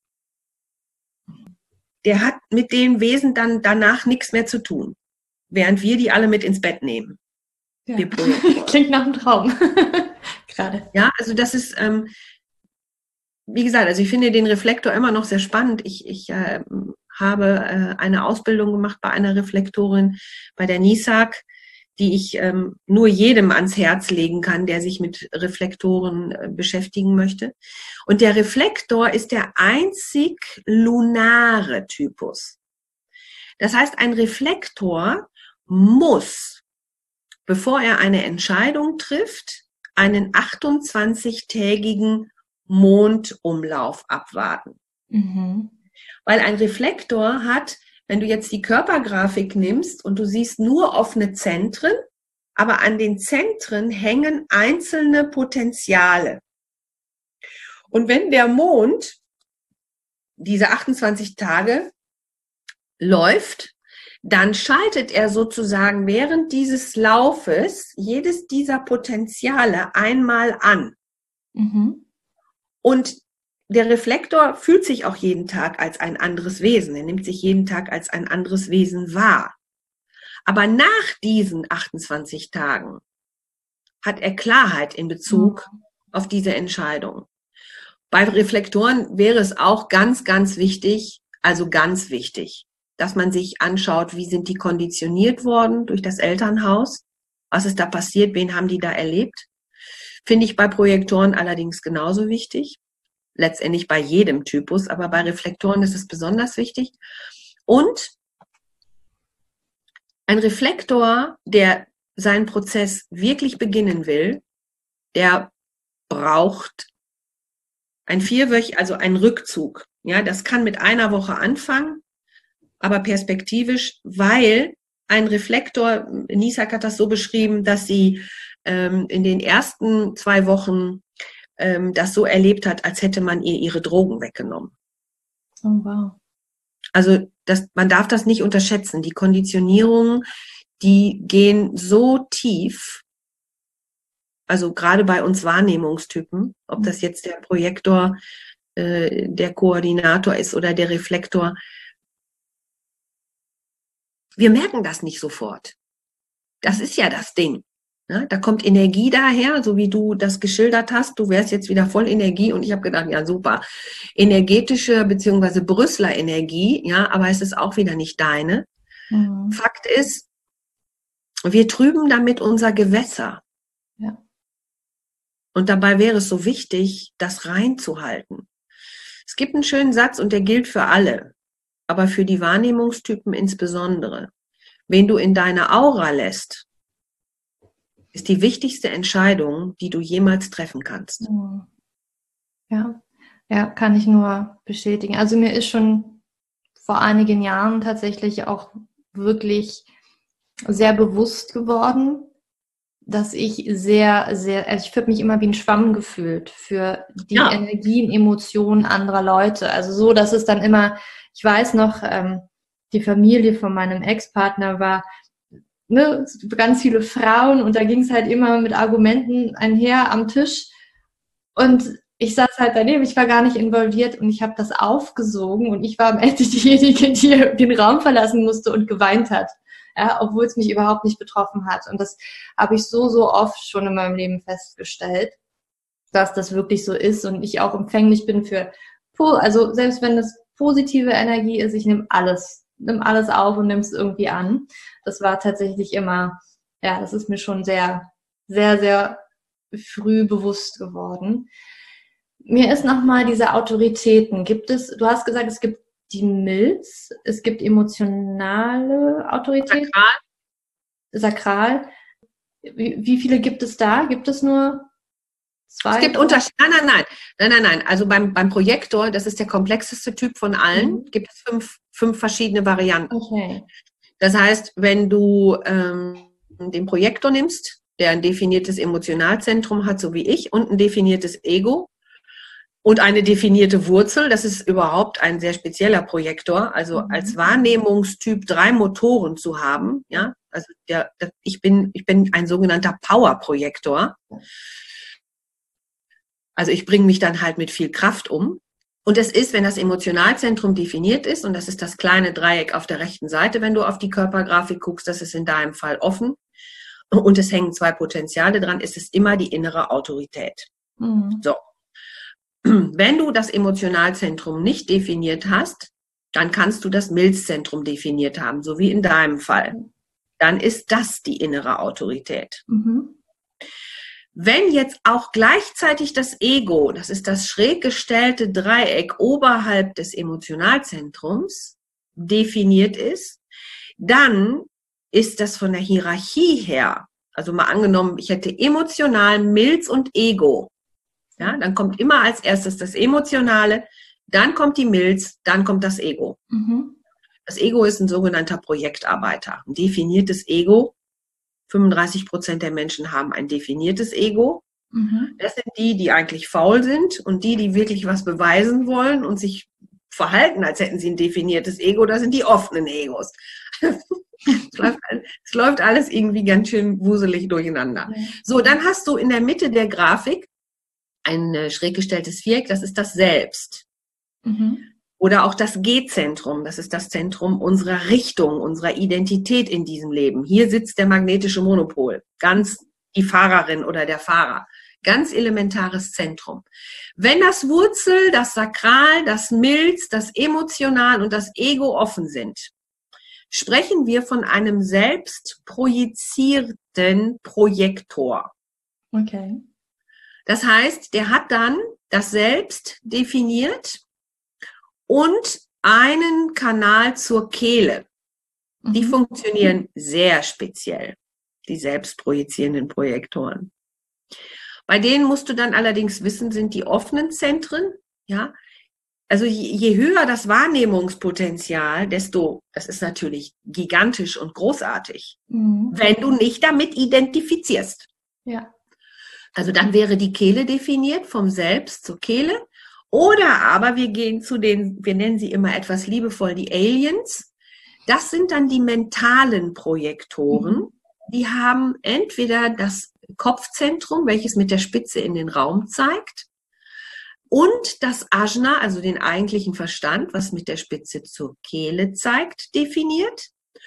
Der hat mit den Wesen dann danach nichts mehr zu tun, während wir die alle mit ins Bett nehmen. Ja. Klingt nach einem Traum. Gerade. Ja, also das ist, ähm, wie gesagt, also ich finde den Reflektor immer noch sehr spannend. Ich, ich äh, habe äh, eine Ausbildung gemacht bei einer Reflektorin, bei der N I S A C, die ich ähm, nur jedem ans Herz legen kann, der sich mit Reflektoren äh, beschäftigen möchte. Und der Reflektor ist der einzig lunare Typus. Das heißt, ein Reflektor muss, bevor er eine Entscheidung trifft, einen achtundzwanzigtägigen Mondumlauf abwarten. Mhm. Weil ein Reflektor hat, wenn du jetzt die Körpergrafik nimmst und du siehst nur offene Zentren, aber an den Zentren hängen einzelne Potenziale. Und wenn der Mond diese achtundzwanzig Tage läuft, dann schaltet er sozusagen während dieses Laufes jedes dieser Potenziale einmal an. Mhm. Und der Reflektor fühlt sich auch jeden Tag als ein anderes Wesen. Er nimmt sich jeden Tag als ein anderes Wesen wahr. Aber nach diesen achtundzwanzig Tagen hat er Klarheit in Bezug mhm. auf diese Entscheidung. Bei Reflektoren wäre es auch ganz, ganz wichtig, also ganz wichtig, dass man sich anschaut, wie sind die konditioniert worden durch das Elternhaus, was ist da passiert, wen haben die da erlebt. Finde ich bei Projektoren allerdings genauso wichtig. Letztendlich bei jedem Typus, aber bei Reflektoren ist es besonders wichtig. Und ein Reflektor, der seinen Prozess wirklich beginnen will, der braucht ein vierwöch, also einen Rückzug. Ja, das kann mit einer Woche anfangen, aber perspektivisch, weil ein Reflektor, N I S A C hat das so beschrieben, dass sie ähm, in den ersten zwei Wochen ähm, das so erlebt hat, als hätte man ihr ihre Drogen weggenommen. Oh, wow. Also das, man darf das nicht unterschätzen. Die Konditionierungen, die gehen so tief, also gerade bei uns Wahrnehmungstypen, ob das jetzt der Projektor, äh, der Koordinator ist oder der Reflektor, wir merken das nicht sofort. Das ist ja das Ding. Ja, da kommt Energie daher, so wie du das geschildert hast. Du wärst jetzt wieder voll Energie und ich habe gedacht, ja super, energetische beziehungsweise Brüsseler Energie, ja, aber es ist auch wieder nicht deine. Mhm. Fakt ist, wir trüben damit unser Gewässer. Ja. Und dabei wäre es so wichtig, das reinzuhalten. Es gibt einen schönen Satz und der gilt für alle, aber für die Wahrnehmungstypen insbesondere. Wen du in deine Aura lässt, ist die wichtigste Entscheidung, die du jemals treffen kannst. Ja, ja, kann ich nur bestätigen. Also mir ist schon vor einigen Jahren tatsächlich auch wirklich sehr bewusst geworden, dass ich sehr, sehr, also ich habe mich immer wie ein Schwamm gefühlt für die ja. Energien, Emotionen anderer Leute. Also so, dass es dann immer, ich weiß noch, ähm, die Familie von meinem Ex-Partner war, ne, ganz viele Frauen und da ging es halt immer mit Argumenten einher am Tisch und ich saß halt daneben, ich war gar nicht involviert und ich habe das aufgesogen und ich war am Ende diejenige, die den Raum verlassen musste und geweint hat, ja, obwohl es mich überhaupt nicht betroffen hat. Und das habe ich so, so oft schon in meinem Leben festgestellt, dass das wirklich so ist und ich auch empfänglich bin für, also selbst wenn das positive Energie ist, ich nehme alles, nimm alles auf und nimm es irgendwie an. Das war tatsächlich immer, ja, das ist mir schon sehr, sehr, sehr früh bewusst geworden. Mir ist nochmal diese Autoritäten. Gibt es, du hast gesagt, es gibt die Milz, es gibt emotionale Autorität. Sakral. Sakral. Wie, wie viele gibt es da? Gibt es nur zwei? Es gibt Unterschiede. Nein, nein, nein. Nein, nein, nein. Also beim, beim Projektor, das ist der komplexeste Typ von allen, mhm. gibt es fünf, fünf verschiedene Varianten. Okay. Das heißt, wenn du ähm, den Projektor nimmst, der ein definiertes Emotionalzentrum hat, so wie ich, und ein definiertes Ego, und eine definierte Wurzel, das ist überhaupt ein sehr spezieller Projektor, also mhm. als Wahrnehmungstyp drei Motoren zu haben, ja, also der, der, ich bin, ich bin ein sogenannter Power-Projektor. Also ich bringe mich dann halt mit viel Kraft um. Und es ist, wenn das Emotionalzentrum definiert ist, und das ist das kleine Dreieck auf der rechten Seite, wenn du auf die Körpergrafik guckst, das ist in deinem Fall offen, und es hängen zwei Potenziale dran, ist es immer die innere Autorität. Mhm. So. Wenn du das Emotionalzentrum nicht definiert hast, dann kannst du das Milzzentrum definiert haben, so wie in deinem Fall. Dann ist das die innere Autorität. Mhm. Wenn jetzt auch gleichzeitig das Ego, das ist das schräg gestellte Dreieck oberhalb des Emotionalzentrums, definiert ist, dann ist das von der Hierarchie her, also mal angenommen, ich hätte emotional, Milz und Ego. Ja, dann kommt immer als erstes das Emotionale, dann kommt die Milz, dann kommt das Ego. Mhm. Das Ego ist ein sogenannter Projektarbeiter. Ein definiertes Ego, fünfunddreißig Prozent der Menschen haben ein definiertes Ego. Mhm. Das sind die, die eigentlich faul sind und die, die wirklich was beweisen wollen und sich verhalten, als hätten sie ein definiertes Ego. Das sind die offenen Egos. Es läuft, es läuft alles irgendwie ganz schön wuselig durcheinander. Ja. So, dann hast du in der Mitte der Grafik ein schräg gestelltes Viereck, das ist das Selbst. Mhm. Oder auch das G-Zentrum, das ist das Zentrum unserer Richtung, unserer Identität in diesem Leben. Hier sitzt der magnetische Monopol, ganz die Fahrerin oder der Fahrer. Ganz elementares Zentrum. Wenn das Wurzel, das Sakral, das Milz, das Emotional und das Ego offen sind, sprechen wir von einem selbst projizierten Projektor. Okay. Das heißt, der hat dann das Selbst definiert und einen Kanal zur Kehle. Mhm. Die funktionieren sehr speziell, die selbst projizierenden Projektoren. Bei denen musst du dann allerdings wissen, sind die offenen Zentren, ja. Also je, je höher das Wahrnehmungspotenzial, desto, das ist natürlich gigantisch und großartig, mhm. wenn du nicht damit identifizierst. Ja. Also dann wäre die Kehle definiert, vom Selbst zur Kehle. Oder aber wir gehen zu den, wir nennen sie immer etwas liebevoll die Aliens. Das sind dann die mentalen Projektoren. Mhm. Die haben entweder das Kopfzentrum, welches mit der Spitze in den Raum zeigt, und das Ajna, also den eigentlichen Verstand, was mit der Spitze zur Kehle zeigt, definiert.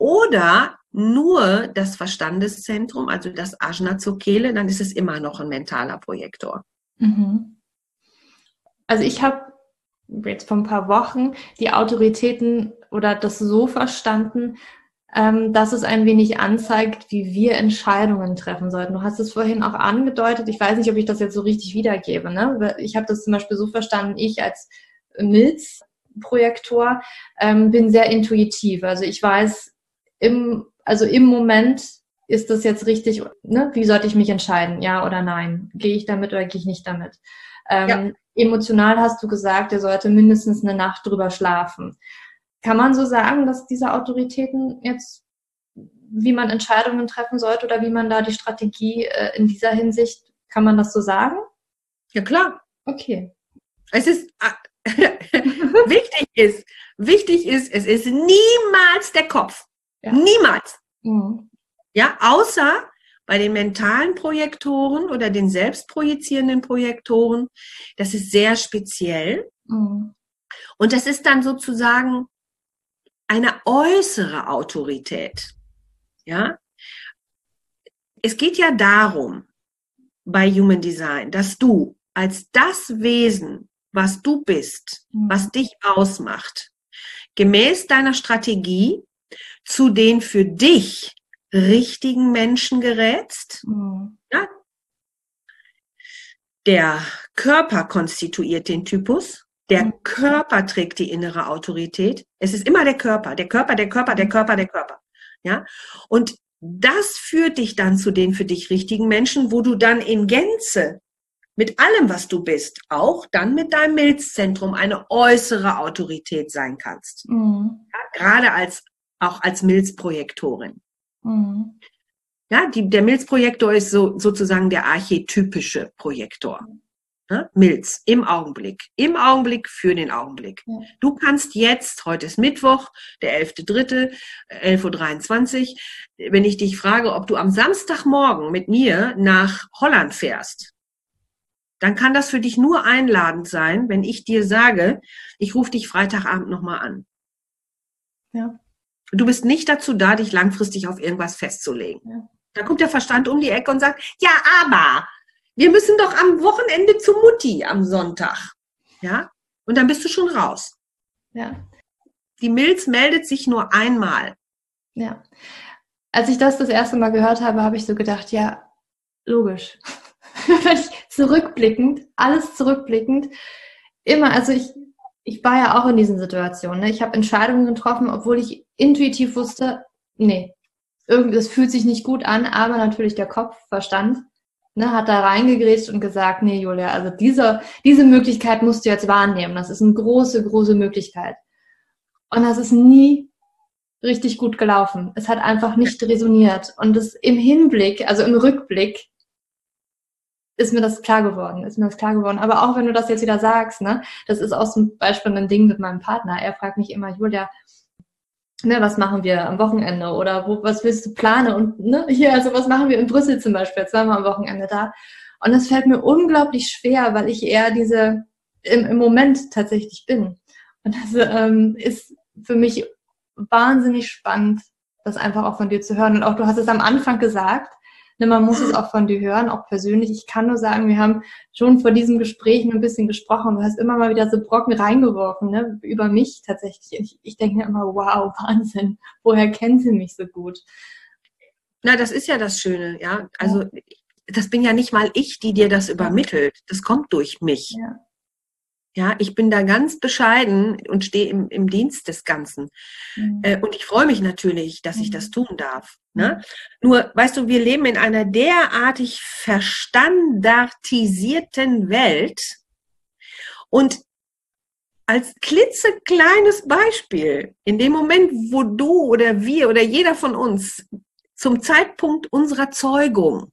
oder nur das Verstandeszentrum, also das Ajna zur Kehle, dann ist es immer noch ein mentaler Projektor. Mhm. Also ich habe jetzt vor ein paar Wochen die Autoritäten oder das so verstanden, ähm, dass es ein wenig anzeigt, wie wir Entscheidungen treffen sollten. Du hast es vorhin auch angedeutet, ich weiß nicht, ob ich das jetzt so richtig wiedergebe. Ne? Ich habe das zum Beispiel so verstanden, ich als Milzprojektor ähm, bin sehr intuitiv. Also ich weiß, im, also im Moment ist das jetzt richtig, ne? Wie sollte ich mich entscheiden, ja oder nein? Gehe ich damit oder gehe ich nicht damit? Ähm, ja. Emotional hast du gesagt, er sollte mindestens eine Nacht drüber schlafen. Kann man so sagen, dass diese Autoritäten jetzt, wie man Entscheidungen treffen sollte oder wie man da die Strategie äh, in dieser Hinsicht, kann man das so sagen? Ja, klar. Okay. Es ist, wichtig ist, wichtig ist, es ist niemals der Kopf. Ja. Niemals. Mhm. Ja, außer bei den mentalen Projektoren oder den selbstprojizierenden Projektoren, das ist sehr speziell. Mhm. Und das ist dann sozusagen eine äußere Autorität. Ja? Es geht ja darum, bei Human Design, dass du als das Wesen, was du bist, mhm. was dich ausmacht, gemäß deiner Strategie zu den für dich richtigen Menschen gerätst. Mhm. Ja? Der Körper konstituiert den Typus. Der mhm. Körper trägt die innere Autorität. Es ist immer der Körper, der Körper, der Körper, der Körper, der Körper. Ja? Und das führt dich dann zu den für dich richtigen Menschen, wo du dann in Gänze mit allem, was du bist, auch dann mit deinem Milzzentrum eine äußere Autorität sein kannst. Mhm. Ja, gerade als, auch als Milzprojektorin. Mhm. Ja, die, der Milzprojektor ist so, sozusagen der archetypische Projektor. Ja, Milz, im Augenblick. Im Augenblick für den Augenblick. Ja. Du kannst jetzt, heute ist Mittwoch, der elfter dritter, elf Uhr dreiundzwanzig, wenn ich dich frage, ob du am Samstagmorgen mit mir nach Holland fährst, dann kann das für dich nur einladend sein, wenn ich dir sage, ich rufe dich Freitagabend nochmal an. Ja. Du bist nicht dazu da, dich langfristig auf irgendwas festzulegen. Ja. Da kommt der Verstand um die Ecke und sagt, ja, aber wir müssen doch am Wochenende zu Mutti am Sonntag. Ja? Und dann bist du schon raus. Ja. Die Milz meldet sich nur einmal. Ja. Als ich das das erste Mal gehört habe, habe ich so gedacht, ja, logisch. Wenn ich zurückblickend, alles zurückblickend, immer, also ich, ich war ja auch in diesen Situationen. Ne? Ich habe Entscheidungen getroffen, obwohl ich intuitiv wusste, nee, irgendwie, das fühlt sich nicht gut an, aber natürlich der Kopf, Verstand, ne, hat da reingegrätscht und gesagt, nee, Julia, also diese, diese Möglichkeit musst du jetzt wahrnehmen. Das ist eine große, große Möglichkeit. Und das ist nie richtig gut gelaufen. Es hat einfach nicht resoniert. Und das im Hinblick, also im Rückblick, ist mir das klar geworden, ist mir das klar geworden. Aber auch wenn du das jetzt wieder sagst, ne, das ist auch zum Beispiel ein Ding mit meinem Partner. Er fragt mich immer, Julia, ne, was machen wir am Wochenende oder wo, was willst du planen? Und ne, hier, also was machen wir in Brüssel zum Beispiel? Jetzt waren wir am Wochenende da. Und das fällt mir unglaublich schwer, weil ich eher diese im, im Moment tatsächlich bin. Und das ähm, ist für mich wahnsinnig spannend, das einfach auch von dir zu hören. Und auch du hast es am Anfang gesagt, ne, man muss es auch von dir hören, auch persönlich. Ich kann nur sagen, wir haben schon vor diesem Gespräch ein bisschen gesprochen. Du hast immer mal wieder so Brocken reingeworfen, ne, über mich tatsächlich. Ich, ich denke mir immer, wow, Wahnsinn, woher kennen sie mich so gut? Na, das ist ja das Schöne, ja. Also das bin ja nicht mal ich, die dir das übermittelt. Das kommt durch mich. Ja. Ja, ich bin da ganz bescheiden und stehe im, im Dienst des Ganzen. Mhm. Äh, und ich freue mich natürlich, dass ich das tun darf. Ne? Nur, weißt du, wir leben in einer derartig verstandardisierten Welt. Und als klitzekleines Beispiel, in dem Moment, wo du oder wir oder jeder von uns zum Zeitpunkt unserer Zeugung,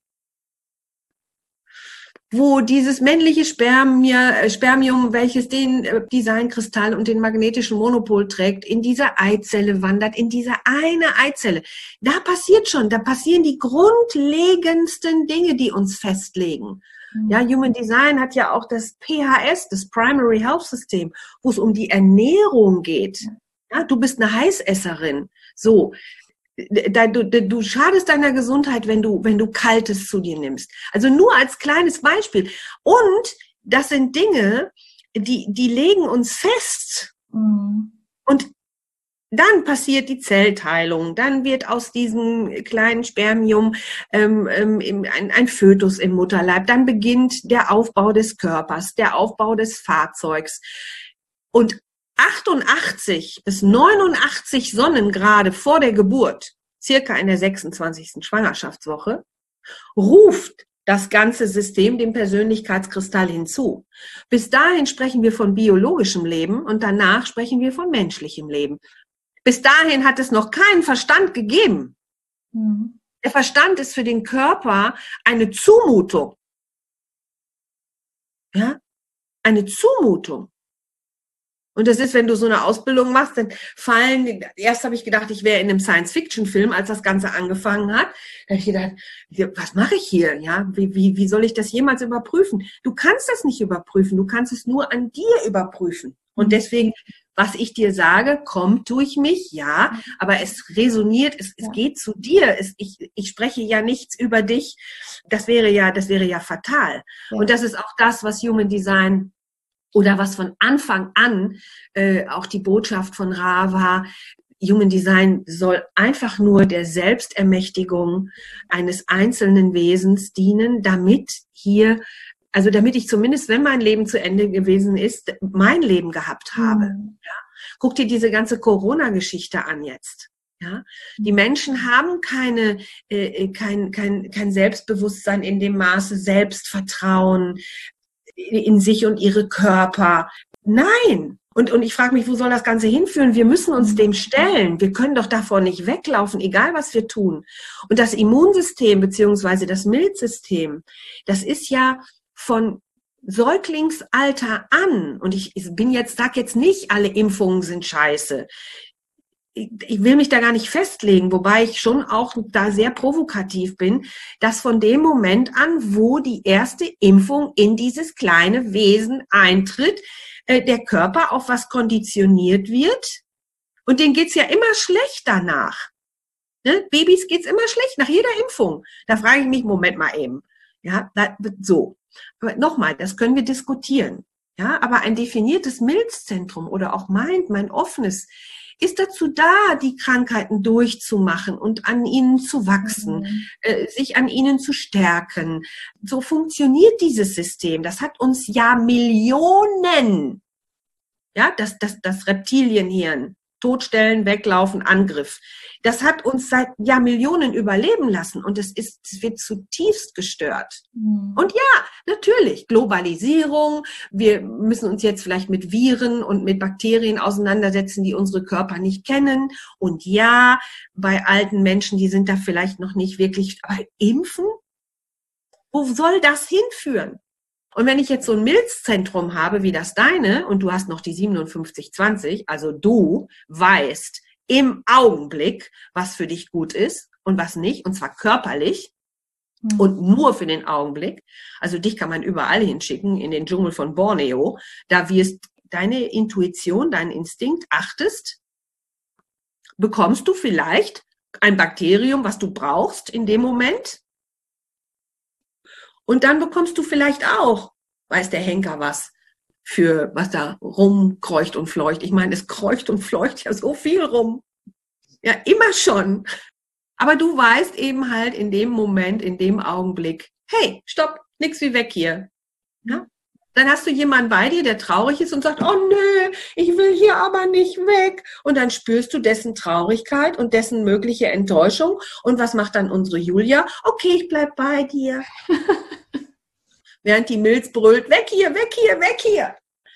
wo dieses männliche Spermia, Spermium, welches den Designkristall und den magnetischen Monopol trägt, in dieser Eizelle wandert, in dieser eine Eizelle. Da passiert schon, da passieren die grundlegendsten Dinge, die uns festlegen. Mhm. Ja, Human Design hat ja auch das P H S, das Primary Health System, wo es um die Ernährung geht. Ja, du bist eine Heißesserin. So. Du, du schadest deiner Gesundheit, wenn du, wenn du Kaltes zu dir nimmst. Also nur als kleines Beispiel. Und das sind Dinge, die, die legen uns fest. Mhm. Und dann passiert die Zellteilung, dann wird aus diesem kleinen Spermium ähm, ähm, ein, ein Fötus im Mutterleib, dann beginnt der Aufbau des Körpers, der Aufbau des Fahrzeugs. Und achtundachtzig bis neunundachtzig Sonnengrade vor der Geburt, circa in der sechsundzwanzigsten Schwangerschaftswoche, ruft das ganze System dem Persönlichkeitskristall hinzu. Bis dahin sprechen wir von biologischem Leben und danach sprechen wir von menschlichem Leben. Bis dahin hat es noch keinen Verstand gegeben. Mhm. Der Verstand ist für den Körper eine Zumutung. Ja? Eine Zumutung. Und das ist, wenn du so eine Ausbildung machst, dann fallen, erst habe ich gedacht, ich wäre in einem Science-Fiction-Film, als das Ganze angefangen hat. Da habe ich gedacht, was mache ich hier? Ja, wie, wie, wie soll ich das jemals überprüfen? Du kannst das nicht überprüfen, du kannst es nur an dir überprüfen. Und deswegen, was ich dir sage, kommt durch mich, ja, aber es resoniert, es, es geht zu dir. Es, ich, ich spreche ja nichts über dich. Das wäre ja, das wäre ja fatal. Ja. Und das ist auch das, was Human Design oder was von Anfang an äh, auch die Botschaft von Ra war. Human Design soll einfach nur der Selbstermächtigung eines einzelnen Wesens dienen, damit hier, also damit ich zumindest, wenn mein Leben zu Ende gewesen ist, mein Leben gehabt habe. Mhm. Ja? Guck dir diese ganze Corona-Geschichte an jetzt. Ja? Die Menschen haben keine, äh, kein, kein, kein Selbstbewusstsein in dem Maße, Selbstvertrauen in sich und ihre Körper. Nein. Und, und ich frage mich, wo soll das Ganze hinführen? Wir müssen uns dem stellen. Wir können doch davor nicht weglaufen, egal was wir tun. Und das Immunsystem beziehungsweise das Milzsystem, das ist ja von Säuglingsalter an, und ich, ich bin jetzt, sag jetzt nicht, alle Impfungen sind scheiße. Ich will mich da gar nicht festlegen, wobei ich schon auch da sehr provokativ bin, dass von dem Moment an, wo die erste Impfung in dieses kleine Wesen eintritt, äh, der Körper auf was konditioniert wird und denen geht's ja immer schlecht danach. Ne? Babys geht's immer schlecht nach jeder Impfung. Da frage ich mich, Moment mal eben. Ja, so. Aber nochmal, das können wir diskutieren. Ja, aber ein definiertes Milzzentrum oder auch Mind, mein offenes, ist dazu da, die Krankheiten durchzumachen und an ihnen zu wachsen, mhm. äh, sich an ihnen zu stärken. So funktioniert dieses System. Das hat uns ja Millionen, ja, das, das, das Reptilienhirn, Todstellen, Weglaufen, Angriff. Das hat uns seit Jahrmillionen überleben lassen und es ist, es wird zutiefst gestört. Mhm. Und ja, natürlich, Globalisierung. Wir müssen uns jetzt vielleicht mit Viren und mit Bakterien auseinandersetzen, die unsere Körper nicht kennen. Und ja, bei alten Menschen, die sind da vielleicht noch nicht wirklich, aber impfen? Wo soll das hinführen? Und wenn ich jetzt so ein Milzzentrum habe wie das deine und du hast noch die siebenundfünfzig zwanzig, also du weißt im Augenblick, was für dich gut ist und was nicht, und zwar körperlich mhm. und nur für den Augenblick. Also dich kann man überall hinschicken, in den Dschungel von Borneo. Da wirst deine Intuition, deinen Instinkt achtest, bekommst du vielleicht ein Bakterium, was du brauchst in dem Moment. Und dann bekommst du vielleicht auch, weiß der Henker was, für was da rumkreucht und fleucht. Ich meine, es kreucht und fleucht ja so viel rum. Ja, immer schon. Aber du weißt eben halt in dem Moment, in dem Augenblick, hey, stopp, nix wie weg hier. Ja? Dann hast du jemanden bei dir, der traurig ist und sagt, oh nö, ich will hier aber nicht weg. Und dann spürst du dessen Traurigkeit und dessen mögliche Enttäuschung. Und was macht dann unsere Julia? Okay, ich bleib bei dir. Während die Milz brüllt, weg hier, weg hier, weg hier.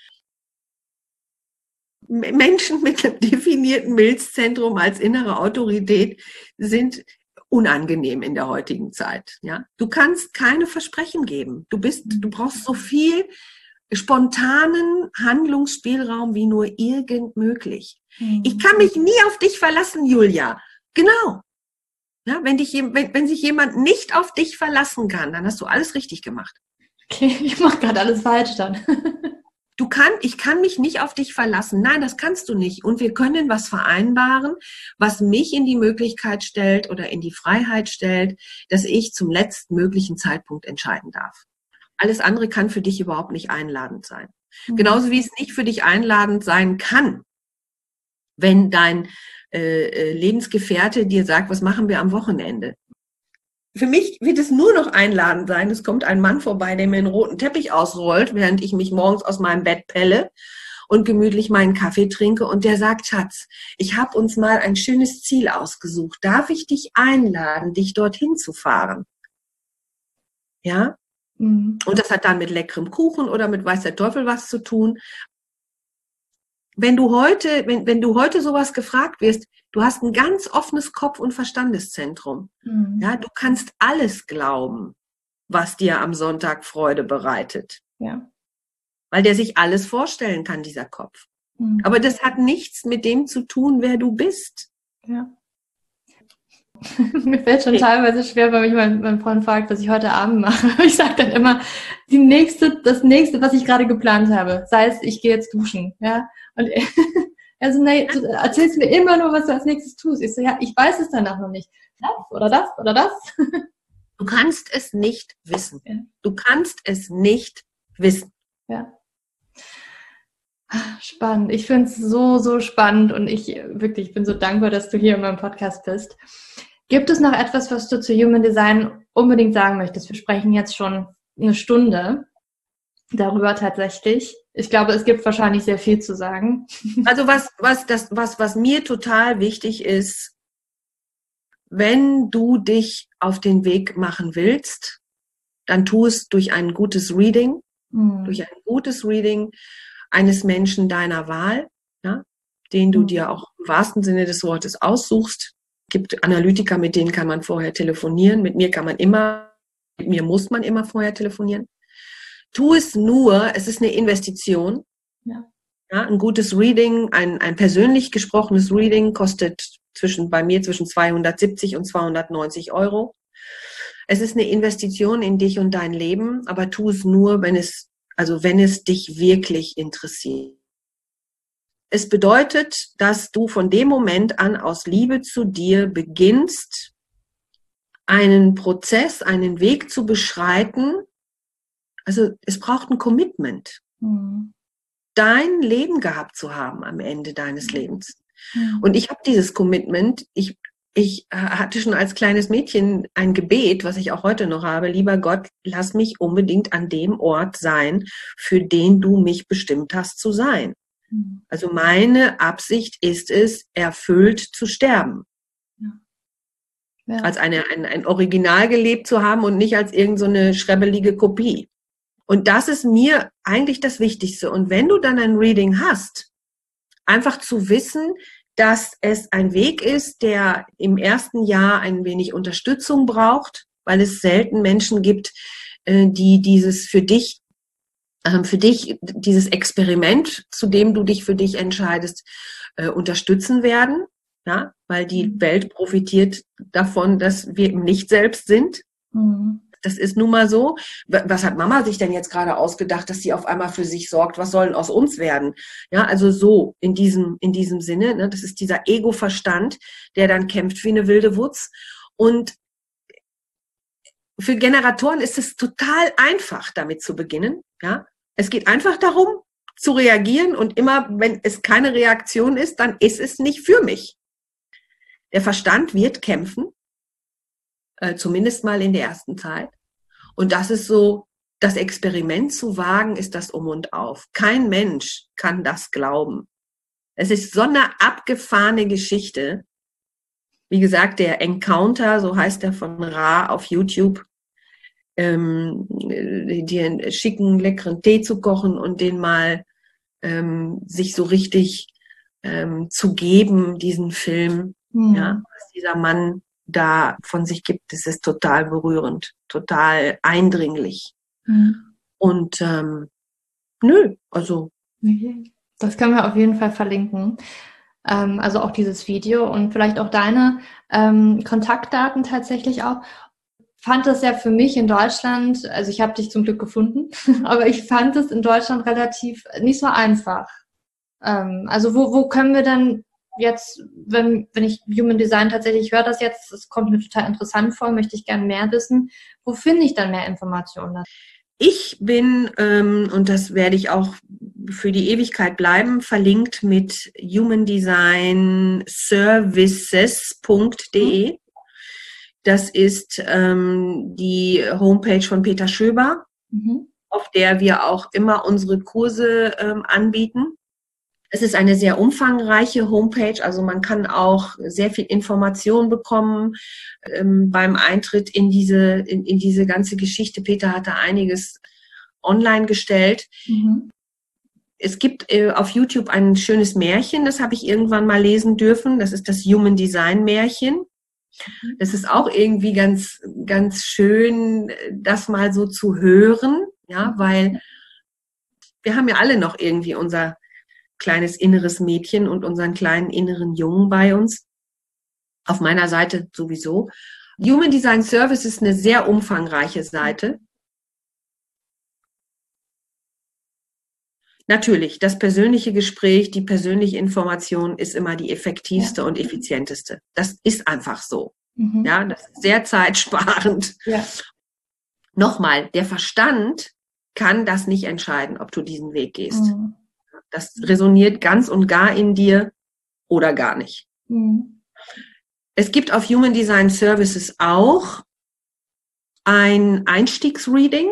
Menschen mit einem definierten Milzzentrum als innere Autorität sind unangenehm in der heutigen Zeit. Ja? Du kannst keine Versprechen geben. Du bist, du brauchst so viel spontanen Handlungsspielraum wie nur irgend möglich. Mhm. Ich kann mich nie auf dich verlassen, Julia. Genau. Ja, wenn, dich, wenn, wenn sich jemand nicht auf dich verlassen kann, dann hast du alles richtig gemacht. Okay, ich mache gerade alles falsch dann. Du kannst, ich kann mich nicht auf dich verlassen. Nein, das kannst du nicht. Und wir können was vereinbaren, was mich in die Möglichkeit stellt oder in die Freiheit stellt, dass ich zum letztmöglichen Zeitpunkt entscheiden darf. Alles andere kann für dich überhaupt nicht einladend sein. Mhm. Genauso wie es nicht für dich einladend sein kann, wenn dein äh, Lebensgefährte dir sagt, was machen wir am Wochenende? Für mich wird es nur noch einladend sein, es kommt ein Mann vorbei, der mir einen roten Teppich ausrollt, während ich mich morgens aus meinem Bett pelle und gemütlich meinen Kaffee trinke und der sagt, Schatz, ich habe uns mal ein schönes Ziel ausgesucht. Darf ich dich einladen, dich dorthin zu fahren? Ja? Mhm. Und das hat dann mit leckerem Kuchen oder mit weiß der Teufel was zu tun. Wenn du heute, wenn, wenn du heute sowas gefragt wirst, du hast ein ganz offenes Kopf- und Verstandeszentrum. Mhm. Ja, du kannst alles glauben, was dir am Sonntag Freude bereitet. Ja. Weil der sich alles vorstellen kann, dieser Kopf. Mhm. Aber das hat nichts mit dem zu tun, wer du bist. Ja. Mir fällt schon okay. teilweise schwer, weil mich mein, mein Freund fragt, was ich heute Abend mache. Ich sage dann immer, die nächste, das nächste, was ich gerade geplant habe, sei es, ich gehe jetzt duschen, ja. Und er, also, nee, du erzählst mir immer nur, was du als nächstes tust. Ich so, ja, ich weiß es danach noch nicht. Das oder das oder das. Du kannst es nicht wissen. Ja. Du kannst es nicht wissen. Ja. Spannend. Ich finde es so, so spannend und ich wirklich bin so dankbar, dass du hier in meinem Podcast bist. Gibt es noch etwas, was du zu Human Design unbedingt sagen möchtest? Wir sprechen jetzt schon eine Stunde darüber tatsächlich. Ich glaube, es gibt wahrscheinlich sehr viel zu sagen. Also was, was, das, was, was mir total wichtig ist, wenn du dich auf den Weg machen willst, dann tu es durch ein gutes Reading, mhm. durch ein gutes Reading eines Menschen deiner Wahl, ja, den du mhm. dir auch im wahrsten Sinne des Wortes aussuchst. Es gibt Analytiker, mit denen kann man vorher telefonieren. Mit mir kann man immer, mit mir muss man immer vorher telefonieren. Tu es nur, es ist eine Investition. Ja. Ja, ein gutes Reading, ein, ein persönlich gesprochenes Reading kostet zwischen, bei mir zwischen zweihundertsiebzig und zweihundertneunzig Euro. Es ist eine Investition in dich und dein Leben, aber tu es nur, wenn es, also wenn es dich wirklich interessiert. Es bedeutet, dass du von dem Moment an aus Liebe zu dir beginnst, einen Prozess, einen Weg zu beschreiten. Also es braucht ein Commitment, mhm. dein Leben gehabt zu haben am Ende deines Lebens. Mhm. Und ich habe dieses Commitment, ich, ich hatte schon als kleines Mädchen ein Gebet, was ich auch heute noch habe, lieber Gott, lass mich unbedingt an dem Ort sein, für den du mich bestimmt hast zu sein. Mhm. Also meine Absicht ist es, erfüllt zu sterben. Ja. Ja. Als eine, ein, ein Original gelebt zu haben und nicht als irgend so eine schrebbelige Kopie. Und das ist mir eigentlich das Wichtigste. Und wenn du dann ein Reading hast, einfach zu wissen, dass es ein Weg ist, der im ersten Jahr ein wenig Unterstützung braucht, weil es selten Menschen gibt, die dieses für dich, für dich, dieses Experiment, zu dem du dich für dich entscheidest, unterstützen werden. Ja, weil die Welt profitiert davon, dass wir im Nicht-Selbst sind. Mhm. Das ist nun mal so. Was hat Mama sich denn jetzt gerade ausgedacht, dass sie auf einmal für sich sorgt? Was soll denn aus uns werden? Ja, also so in diesem, in diesem Sinne, ne, das ist dieser Ego-Verstand, der dann kämpft wie eine wilde Wutz. Und für Generatoren ist es total einfach, damit zu beginnen. Ja, es geht einfach darum, zu reagieren und immer, wenn es keine Reaktion ist, dann ist es nicht für mich. Der Verstand wird kämpfen. Äh, zumindest mal in der ersten Zeit. Und das ist so, das Experiment zu wagen, ist das Um und Auf. Kein Mensch kann das glauben. Es ist so eine abgefahrene Geschichte. Wie gesagt, der Encounter, so heißt der von Ra auf YouTube, ähm, dir einen schicken, leckeren Tee zu kochen und den mal ähm, sich so richtig ähm, zu geben, diesen Film, mhm. ja, was dieser Mann da von sich gibt, das ist total berührend, total eindringlich. Mhm. Und ähm, nö, also. Das können wir auf jeden Fall verlinken. Ähm, also auch dieses Video und vielleicht auch deine ähm, Kontaktdaten tatsächlich auch. fand das ja für mich in Deutschland, also ich habe dich zum Glück gefunden, aber ich fand es in Deutschland relativ nicht so einfach. Ähm, also wo, wo können wir dann jetzt, wenn, wenn ich Human Design tatsächlich höre, das jetzt, das kommt mir total interessant vor, möchte ich gerne mehr wissen, wo finde ich dann mehr Informationen? Ich bin, ähm, und das werde ich auch für die Ewigkeit bleiben, verlinkt mit human design services punkt de. Das ist ähm, die Homepage von Peter Schöber, mhm. auf der wir auch immer unsere Kurse ähm, anbieten. Es ist eine sehr umfangreiche Homepage, also man kann auch sehr viel Information bekommen ähm, beim Eintritt in diese, in, in diese ganze Geschichte. Peter hat da einiges online gestellt. Mhm. Es gibt äh, auf YouTube ein schönes Märchen, das habe ich irgendwann mal lesen dürfen. Das ist das Human Design Märchen. Das ist auch irgendwie ganz, ganz schön, das mal so zu hören, ja, weil wir haben ja alle noch irgendwie unser kleines inneres Mädchen und unseren kleinen inneren Jungen bei uns. Auf meiner Seite sowieso. Human Design Service ist eine sehr umfangreiche Seite. Natürlich, das persönliche Gespräch, die persönliche Information ist immer die effektivste ja. und effizienteste. Das ist einfach so. Mhm. Ja, das ist sehr zeitsparend. Ja. Nochmal, der Verstand kann das nicht entscheiden, ob du diesen Weg gehst. Mhm. Das resoniert ganz und gar in dir oder gar nicht. Mhm. Es gibt auf Human Design Services auch ein Einstiegsreading.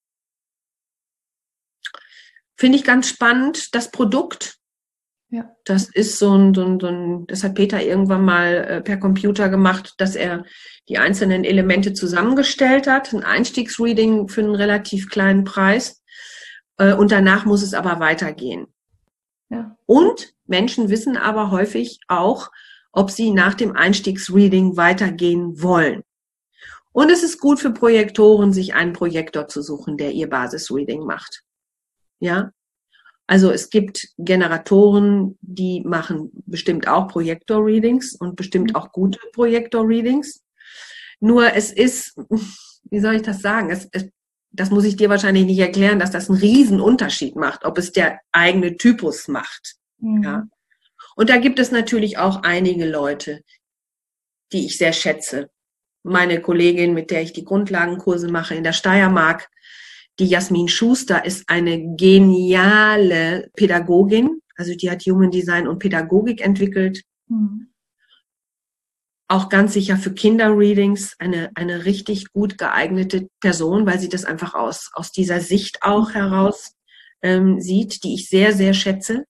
Finde ich ganz spannend, das Produkt. Ja. Das ist so ein, so ein, so ein, das hat Peter irgendwann mal äh, per Computer gemacht, dass er die einzelnen Elemente zusammengestellt hat. Ein Einstiegsreading für einen relativ kleinen Preis. Äh, und danach muss es aber weitergehen. Ja. Und Menschen wissen aber häufig auch, ob sie nach dem Einstiegsreading weitergehen wollen. Und es ist gut für Projektoren, sich einen Projektor zu suchen, der ihr Basisreading macht. Ja, also es gibt Generatoren, die machen bestimmt auch Projektor-Readings und bestimmt auch gute Projektor-Readings. Nur es ist, wie soll ich das sagen, es, es, das muss ich dir wahrscheinlich nicht erklären, dass das einen riesen Unterschied macht, ob es der eigene Typus macht. Mhm. Ja. Und da gibt es natürlich auch einige Leute, die ich sehr schätze. Meine Kollegin, mit der ich die Grundlagenkurse mache in der Steiermark, die Jasmin Schuster, ist eine geniale Pädagogin. Also die hat Human Design und Pädagogik entwickelt. Mhm. Auch ganz sicher für Kinderreadings eine, eine richtig gut geeignete Person, weil sie das einfach aus, aus dieser Sicht auch heraus ähm, sieht, die ich sehr, sehr schätze.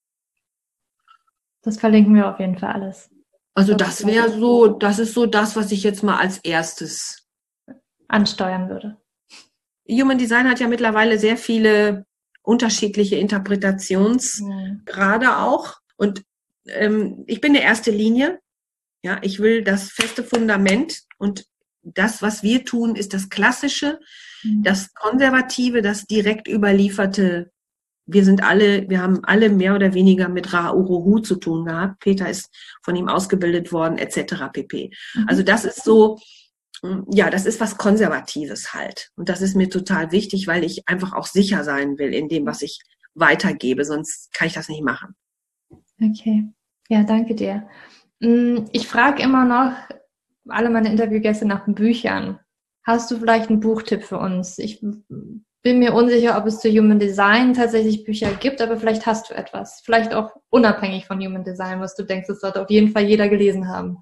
Das verlinken wir auf jeden Fall alles. Also das wäre so, das ist so das, was ich jetzt mal als erstes ansteuern würde. Human Design hat ja mittlerweile sehr viele unterschiedliche Interpretationsgrade ja. auch. Und ähm, ich bin der erste Linie. Ja, ich will das feste Fundament und das, was wir tun, ist das Klassische, mhm. das Konservative, das direkt überlieferte. Wir sind alle, wir haben alle mehr oder weniger mit Ra Uru Hu zu tun gehabt. Peter ist von ihm ausgebildet worden, et cetera pp. Mhm. Also das ist so, ja, das ist was Konservatives halt. Und das ist mir total wichtig, weil ich einfach auch sicher sein will in dem, was ich weitergebe. Sonst kann ich das nicht machen. Okay. Ja, danke dir. Ich frage immer noch alle meine Interviewgäste nach Büchern. Hast du vielleicht einen Buchtipp für uns? Ich bin mir unsicher, ob es zu Human Design tatsächlich Bücher gibt, aber vielleicht hast du etwas. Vielleicht auch unabhängig von Human Design, was du denkst, das sollte auf jeden Fall jeder gelesen haben.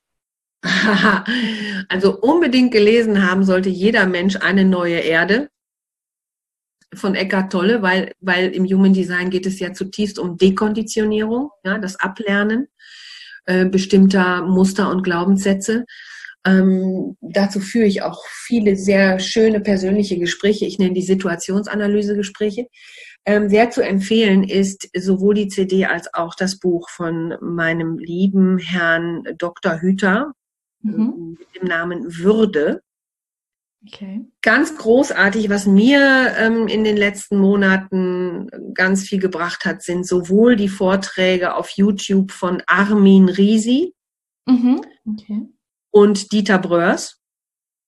Also unbedingt gelesen haben sollte jeder Mensch Eine neue Erde von Eckhart Tolle, weil, weil im Human Design geht es ja zutiefst um Dekonditionierung, ja, das Ablernen äh, bestimmter Muster und Glaubenssätze. Ähm, dazu führe ich auch viele sehr schöne persönliche Gespräche. Ich nenne die Situationsanalyse-Gespräche. Ähm, sehr zu empfehlen ist sowohl die C D als auch das Buch von meinem lieben Herrn Doktor Hüter, mhm. mit dem Namen Würde. Okay. Ganz großartig, was mir ähm, in den letzten Monaten ganz viel gebracht hat, sind sowohl die Vorträge auf YouTube von Armin Risi, mhm. okay. und Dieter Bröers.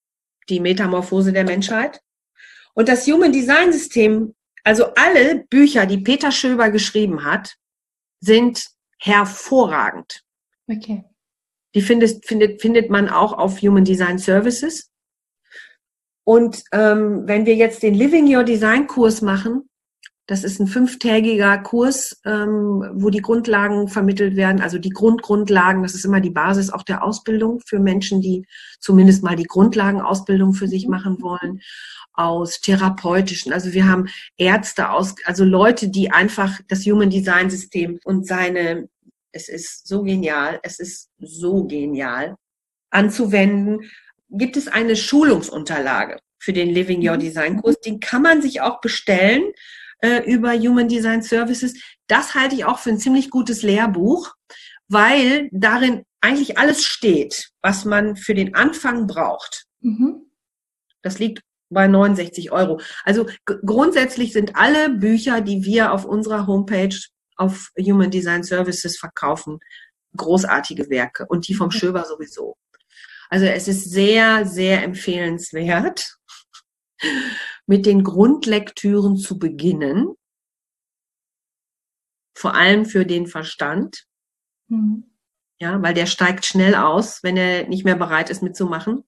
die Metamorphose der Menschheit. Und das Human Design System, also alle Bücher, die Peter Schöber geschrieben hat, sind hervorragend. Okay. Die findet, findet, findet man auch auf Human Design Services. Und ähm, wenn wir jetzt den Living Your Design Kurs machen, das ist ein fünftägiger Kurs, ähm, wo die Grundlagen vermittelt werden, also die Grundgrundlagen, das ist immer die Basis auch der Ausbildung für Menschen, die zumindest mal die Grundlagenausbildung für sich machen wollen, aus therapeutischen, also wir haben Ärzte aus, also Leute, die einfach das Human Design System und seine, es ist so genial, es ist so genial anzuwenden, gibt es eine Schulungsunterlage für den Living Your Design Kurs, den kann man sich auch bestellen über Human Design Services. Das halte ich auch für ein ziemlich gutes Lehrbuch, weil darin eigentlich alles steht, was man für den Anfang braucht. Mhm. Das liegt bei neunundsechzig Euro. Also g- grundsätzlich sind alle Bücher, die wir auf unserer Homepage auf Human Design Services verkaufen, großartige Werke und die vom Schöber sowieso. Also es ist sehr, sehr empfehlenswert, mit den Grundlektüren zu beginnen, vor allem für den Verstand, mhm. ja, weil der steigt schnell aus, wenn er nicht mehr bereit ist mitzumachen.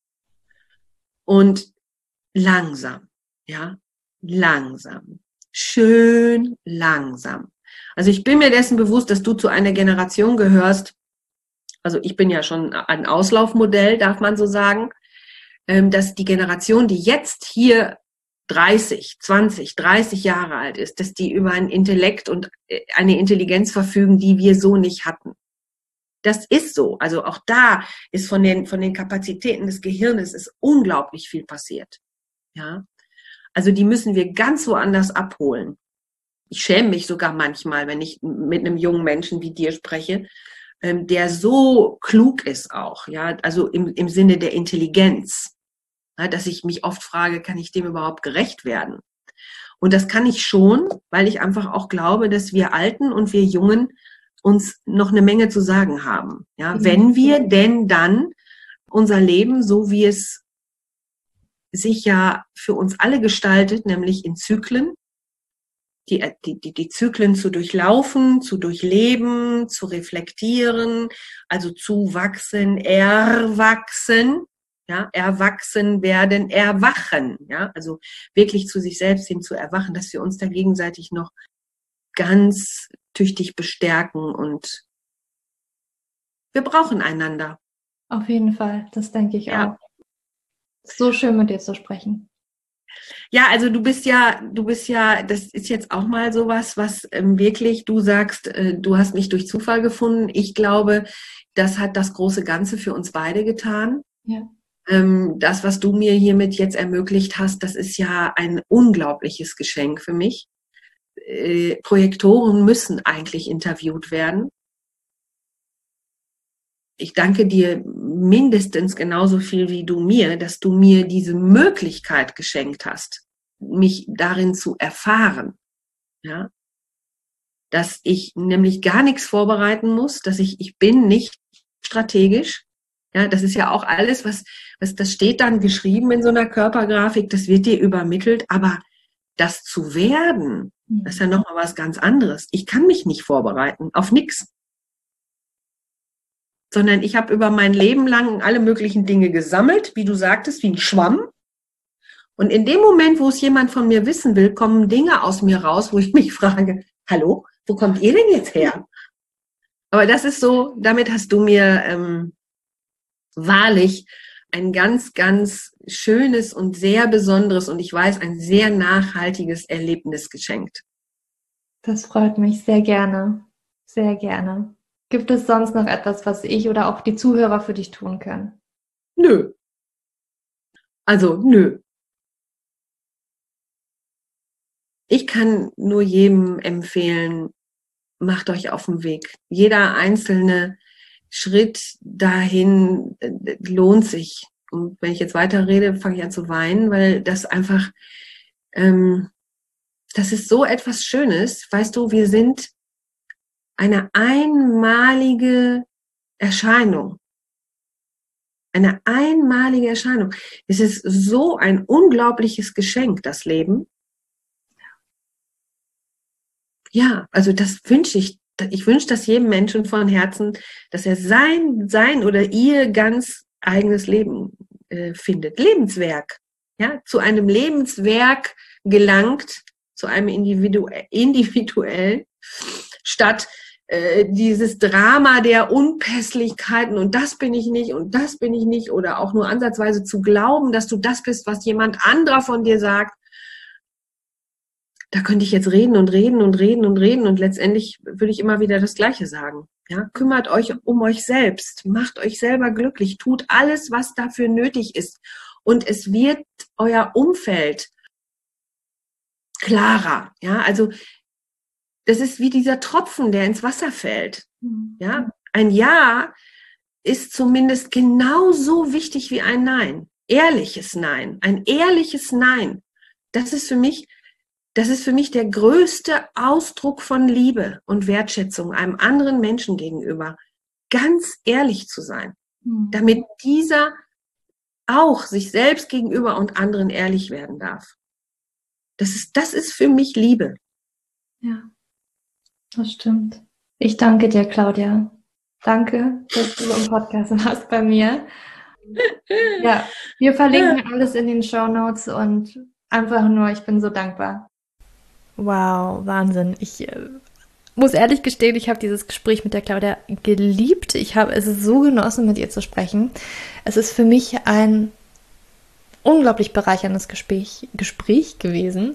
Und langsam, ja, langsam, schön langsam. Also ich bin mir dessen bewusst, dass du zu einer Generation gehörst, also ich bin ja schon ein Auslaufmodell, darf man so sagen, dass die Generation, die jetzt hier dreißig, zwanzig, dreißig Jahre alt ist, dass die über ein Intellekt und eine Intelligenz verfügen, die wir so nicht hatten. Das ist so. Also auch da ist von den, von den Kapazitäten des Gehirnes ist unglaublich viel passiert. Ja. Also die müssen wir ganz woanders abholen. Ich schäme mich sogar manchmal, wenn ich mit einem jungen Menschen wie dir spreche, der so klug ist auch, ja, also im, im Sinne der Intelligenz. Ja, dass ich mich oft frage, kann ich dem überhaupt gerecht werden? Und das kann ich schon, weil ich einfach auch glaube, dass wir Alten und wir Jungen uns noch eine Menge zu sagen haben. Ja, mhm. Wenn wir denn dann unser Leben, so wie es sich ja für uns alle gestaltet, nämlich in Zyklen, die, die, die, die Zyklen zu durchlaufen, zu durchleben, zu reflektieren, also zu wachsen, erwachsen, ja, erwachsen werden, erwachen, ja, also wirklich zu sich selbst hin zu erwachen, dass wir uns da gegenseitig noch ganz tüchtig bestärken und wir brauchen einander. Auf jeden Fall, das denke ich ja. auch. So schön mit dir zu sprechen. Ja, also du bist ja, du bist ja, das ist jetzt auch mal sowas, was ähm, wirklich, du sagst, äh, du hast mich durch Zufall gefunden. Ich glaube, das hat das große Ganze für uns beide getan. Ja. Das, was du mir hiermit jetzt ermöglicht hast, das ist ja ein unglaubliches Geschenk für mich. Projektoren müssen eigentlich interviewt werden. Ich danke dir mindestens genauso viel wie du mir, dass du mir diese Möglichkeit geschenkt hast, mich darin zu erfahren. Ja? Dass ich nämlich gar nichts vorbereiten muss, dass ich, ich bin nicht strategisch. Ja, das ist ja auch alles, was, was, das steht dann geschrieben in so einer Körpergrafik, das wird dir übermittelt, aber das zu werden, das ist ja nochmal was ganz anderes. Ich kann mich nicht vorbereiten, auf nichts. Sondern ich habe über mein Leben lang alle möglichen Dinge gesammelt, wie du sagtest, wie ein Schwamm. Und in dem Moment, wo es jemand von mir wissen will, kommen Dinge aus mir raus, wo ich mich frage, hallo, wo kommt ihr denn jetzt her? Aber das ist so, damit hast du mir ähm, wahrlich ein ganz, ganz schönes und sehr besonderes und ich weiß, ein sehr nachhaltiges Erlebnis geschenkt. Das freut mich sehr gerne, sehr gerne. Gibt es sonst noch etwas, was ich oder auch die Zuhörer für dich tun können? Nö. Also, nö. Ich kann nur jedem empfehlen, macht euch auf den Weg. Jeder einzelne Schritt dahin äh, lohnt sich. Und wenn ich jetzt weiterrede, fange ich an zu weinen, weil das einfach, ähm, das ist so etwas Schönes. Weißt du, wir sind eine einmalige Erscheinung. Eine einmalige Erscheinung. Es ist so ein unglaubliches Geschenk, das Leben. Ja, also das wünsche ich. Ich wünsche das jedem Menschen von Herzen, dass er sein, sein oder ihr ganz eigenes Leben äh, findet. Lebenswerk. Ja, zu einem Lebenswerk gelangt, zu einem individu- individuellen, statt äh, dieses Drama der Unpässlichkeiten und das bin ich nicht und das bin ich nicht oder auch nur ansatzweise zu glauben, dass du das bist, was jemand anderer von dir sagt. Da könnte ich jetzt reden und reden und reden und reden und letztendlich würde ich immer wieder das Gleiche sagen. Ja, kümmert euch um euch selbst, macht euch selber glücklich, tut alles, was dafür nötig ist. Und es wird euer Umfeld klarer. Ja, also das ist wie dieser Tropfen, der ins Wasser fällt. Ja, ein Ja ist zumindest genauso wichtig wie ein Nein. Ehrliches Nein, ein ehrliches Nein. Das ist für mich, das ist für mich der größte Ausdruck von Liebe und Wertschätzung einem anderen Menschen gegenüber. Ganz ehrlich zu sein, mhm. damit dieser auch sich selbst gegenüber und anderen ehrlich werden darf. Das ist, das ist für mich Liebe. Ja, das stimmt. Ich danke dir, Claudia. Danke, dass du im Podcast warst bei mir. Ja, wir verlinken alles in den Shownotes und einfach nur, ich bin so dankbar. Wow, Wahnsinn. Ich äh, muss ehrlich gestehen, ich habe dieses Gespräch mit der Claudia geliebt. Ich habe es so genossen, mit ihr zu sprechen. Es ist für mich ein unglaublich bereicherndes Gespräch, Gespräch gewesen,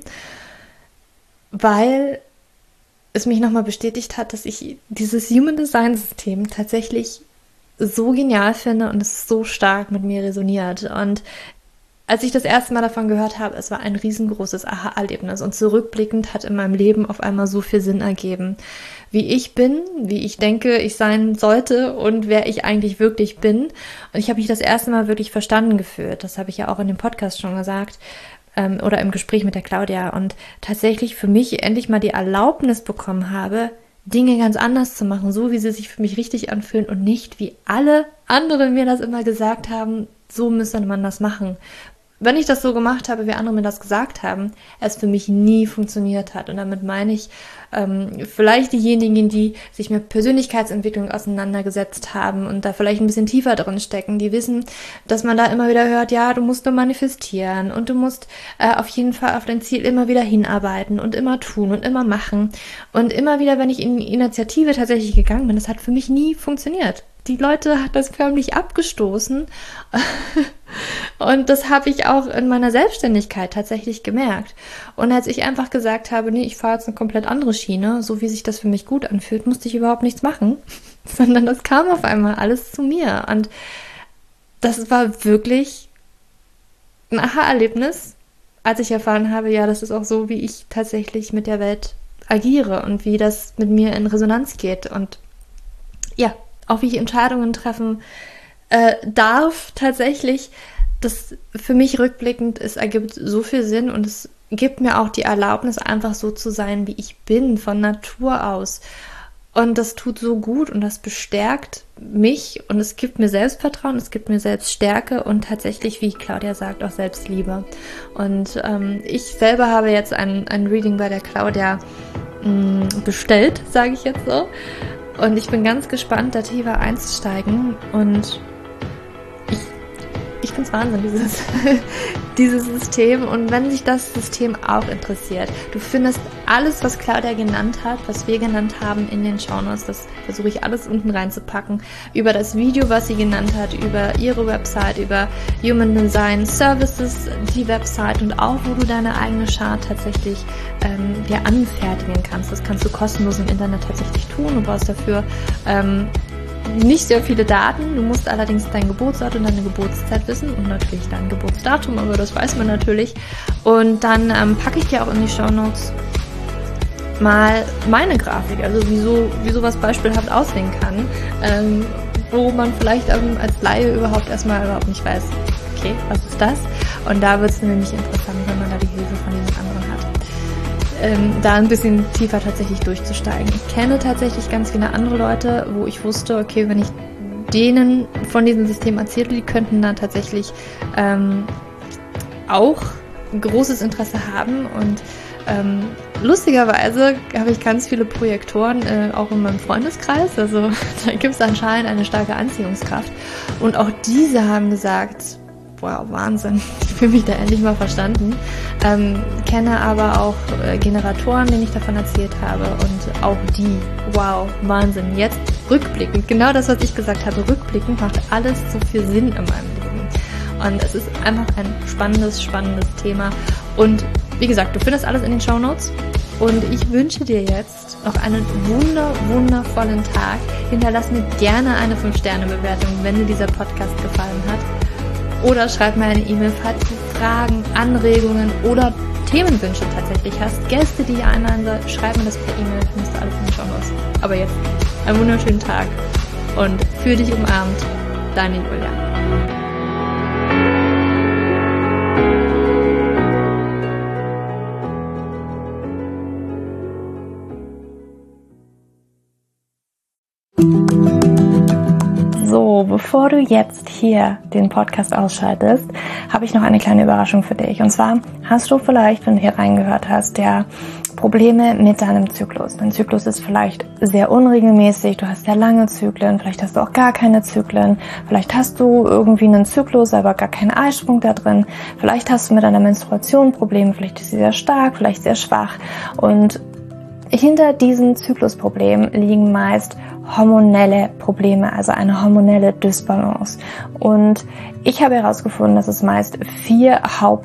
weil es mich nochmal bestätigt hat, dass ich dieses Human Design System tatsächlich so genial finde und es so stark mit mir resoniert. Und als ich das erste Mal davon gehört habe, es war ein riesengroßes Aha-Erlebnis und zurückblickend hat in meinem Leben auf einmal so viel Sinn ergeben. Wie ich bin, wie ich denke, ich sein sollte und wer ich eigentlich wirklich bin. Und ich habe mich das erste Mal wirklich verstanden gefühlt. Das habe ich ja auch in dem Podcast schon gesagt ähm, oder im Gespräch mit der Claudia. Und tatsächlich für mich endlich mal die Erlaubnis bekommen habe, Dinge ganz anders zu machen, so wie sie sich für mich richtig anfühlen und nicht wie alle anderen mir das immer gesagt haben, so müsste man das machen. Wenn ich das so gemacht habe, wie andere mir das gesagt haben, es für mich nie funktioniert hat. Und damit meine ich ähm, vielleicht diejenigen, die sich mit Persönlichkeitsentwicklung auseinandergesetzt haben und da vielleicht ein bisschen tiefer drin stecken, die wissen, dass man da immer wieder hört, ja, du musst nur manifestieren und du musst äh, auf jeden Fall auf dein Ziel immer wieder hinarbeiten und immer tun und immer machen. Und immer wieder, wenn ich in die Initiative tatsächlich gegangen bin, das hat für mich nie funktioniert. Die Leute hat das förmlich abgestoßen und das habe ich auch in meiner Selbstständigkeit tatsächlich gemerkt. Und als ich einfach gesagt habe, nee, ich fahre jetzt eine komplett andere Schiene, so wie sich das für mich gut anfühlt, musste ich überhaupt nichts machen, sondern das kam auf einmal alles zu mir. Und das war wirklich ein Aha-Erlebnis, als ich erfahren habe, ja, das ist auch so, wie ich tatsächlich mit der Welt agiere und wie das mit mir in Resonanz geht. Und ja, auch wie ich Entscheidungen treffen äh, darf, tatsächlich, das für mich rückblickend, es ergibt so viel Sinn und es gibt mir auch die Erlaubnis, einfach so zu sein, wie ich bin, von Natur aus. Und das tut so gut und das bestärkt mich und es gibt mir Selbstvertrauen, es gibt mir Selbststärke und tatsächlich, wie Claudia sagt, auch Selbstliebe. Und ähm, ich selber habe jetzt ein, ein Reading bei der Claudia mh, bestellt, sage ich jetzt so. Und ich bin ganz gespannt, da tiefer einzusteigen und ich, ich finde es Wahnsinn, dieses, dieses System. Und wenn dich das System auch interessiert, du findest alles, was Claudia genannt hat, was wir genannt haben, in den Shownotes. Das versuche ich alles unten reinzupacken. Über das Video, was sie genannt hat, über ihre Website, über Human Design Services, die Website und auch, wo du deine eigene Chart tatsächlich ähm, ja, anfertigen kannst. Das kannst du kostenlos im Internet tatsächlich tun. Du brauchst dafür ähm, nicht sehr viele Daten. Du musst allerdings deinen Geburtsort und deine Geburtszeit wissen und natürlich dein Geburtsdatum, aber das weiß man natürlich. Und dann ähm, packe ich dir auch in die Shownotes mal meine Grafik, also wie, so, wie sowas beispielhaft aussehen kann, ähm, wo man vielleicht ähm, als Laie überhaupt erstmal überhaupt nicht weiß, okay, was ist das? Und da wird es nämlich interessant, wenn man da die Hilfe von den anderen hat. Ähm, da ein bisschen tiefer tatsächlich durchzusteigen. Ich kenne tatsächlich ganz viele andere Leute, wo ich wusste, okay, wenn ich denen von diesem System erzählt, die könnten da tatsächlich ähm, auch großes Interesse haben. Und ähm, lustigerweise habe ich ganz viele Projektoren äh, auch in meinem Freundeskreis. Also da gibt es anscheinend eine starke Anziehungskraft. Und auch diese haben gesagt, wow, Wahnsinn, ich fühle mich da endlich mal verstanden. Ähm, kenne aber auch äh, Generatoren, denen ich davon erzählt habe, und auch die, wow, Wahnsinn. Jetzt rückblickend, genau das, was ich gesagt habe, rückblickend macht alles so viel Sinn in meinem Leben. Und es ist einfach ein spannendes, spannendes Thema. Und wie gesagt, du findest alles in den Shownotes. Und ich wünsche dir jetzt noch einen wunder, wundervollen Tag. Hinterlass mir gerne eine fünf Sterne Bewertung, wenn dir dieser Podcast gefallen hat. Oder schreib mir eine E-Mail, falls du Fragen, Anregungen oder Themenwünsche tatsächlich hast. Gäste, die ich einladen soll, schreib mir das per E-Mail, findest du alles in den Shownotes. Aber jetzt einen wunderschönen Tag und fühl dich umarmt, deine Julia. So, bevor du jetzt hier den Podcast ausschaltest, habe ich noch eine kleine Überraschung für dich. Und zwar hast du vielleicht, wenn du hier reingehört hast, ja Probleme mit deinem Zyklus. Dein Zyklus ist vielleicht sehr unregelmäßig, du hast sehr lange Zyklen, vielleicht hast du auch gar keine Zyklen, vielleicht hast du irgendwie einen Zyklus, aber gar keinen Eisprung da drin, vielleicht hast du mit deiner Menstruation Probleme, vielleicht ist sie sehr stark, vielleicht sehr schwach. Und hinter diesen Zyklusproblemen liegen meist hormonelle Probleme, also eine hormonelle Dysbalance. Und ich habe herausgefunden, dass es meist vier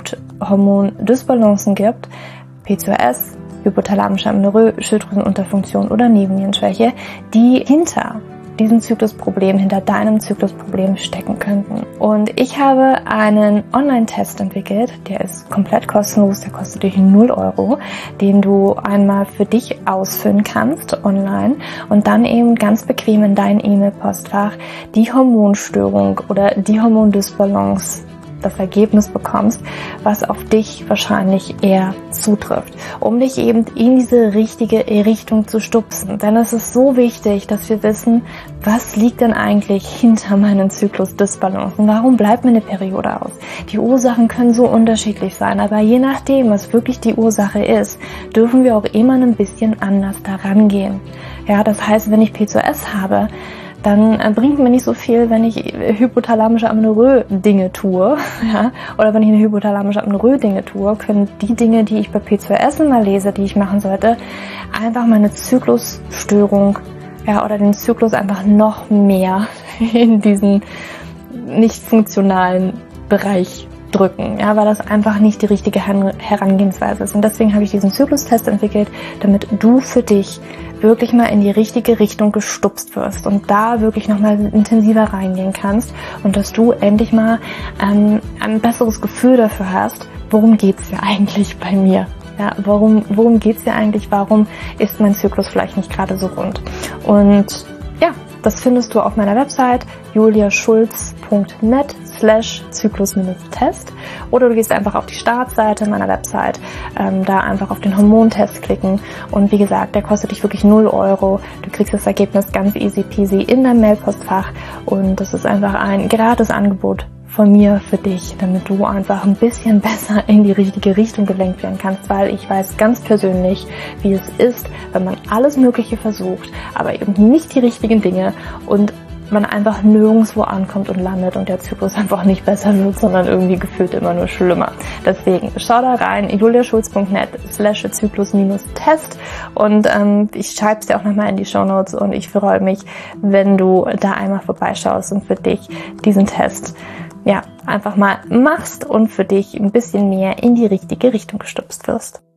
Haupthormon-Dysbalancen gibt: P C O S, hypothalamische Amenorrhoe, Schilddrüsenunterfunktion oder Nebennierenschwäche, die hinter diesem Zyklusproblem, hinter deinem Zyklusproblem stecken könnten. Und ich habe einen Online-Test entwickelt, der ist komplett kostenlos, der kostet dich null Euro, den du einmal für dich ausfüllen kannst online und dann eben ganz bequem in dein E-Mail-Postfach die Hormonstörung oder die Hormondysbalance, das Ergebnis bekommst, was auf dich wahrscheinlich eher zutrifft, um dich eben in diese richtige Richtung zu stupsen. Denn es ist so wichtig, dass wir wissen, was liegt denn eigentlich hinter meinen Zyklus-Dysbalancen? Warum bleibt mir eine Periode aus? Die Ursachen können so unterschiedlich sein, aber je nachdem, was wirklich die Ursache ist, dürfen wir auch immer ein bisschen anders daran gehen. Ja, das heißt, wenn ich P C O S habe, dann bringt mir nicht so viel, wenn ich hypothalamische Amenorrhoe Dinge tue, ja, oder wenn ich eine hypothalamische Amenorrhoe Dinge tue, können die Dinge, die ich bei P C O S immer lese, die ich machen sollte, einfach meine Zyklusstörung, ja, oder den Zyklus einfach noch mehr in diesen nicht funktionalen Bereich drücken, ja, weil das einfach nicht die richtige Herangehensweise ist. Und deswegen habe ich diesen Zyklustest entwickelt, damit du für dich wirklich mal in die richtige Richtung gestupst wirst und da wirklich nochmal intensiver reingehen kannst und dass du endlich mal ähm, ein besseres Gefühl dafür hast, worum geht's ja eigentlich bei mir? Ja, warum, worum geht's ja eigentlich? Warum ist mein Zyklus vielleicht nicht gerade so rund? Und ja, das findest du auf meiner Website juliaschulz punkt net slash Zyklus-Test oder du gehst einfach auf die Startseite meiner Website, ähm, da einfach auf den Hormontest klicken und wie gesagt, der kostet dich wirklich null Euro. Du kriegst das Ergebnis ganz easy peasy in dein Mailpostfach und das ist einfach ein gratis Angebot von mir für dich, damit du einfach ein bisschen besser in die richtige Richtung gelenkt werden kannst, weil ich weiß ganz persönlich, wie es ist, wenn man alles Mögliche versucht, aber eben nicht die richtigen Dinge und man einfach nirgendwo ankommt und landet und der Zyklus einfach nicht besser wird, sondern irgendwie gefühlt immer nur schlimmer. Deswegen schau da rein, juliaschulz punkt net slash Zyklus-Test und ähm, ich schreibe es dir auch nochmal in die Shownotes und ich freue mich, wenn du da einmal vorbeischaust und für dich diesen Test ja einfach mal machst und für dich ein bisschen mehr in die richtige Richtung gestupst wirst.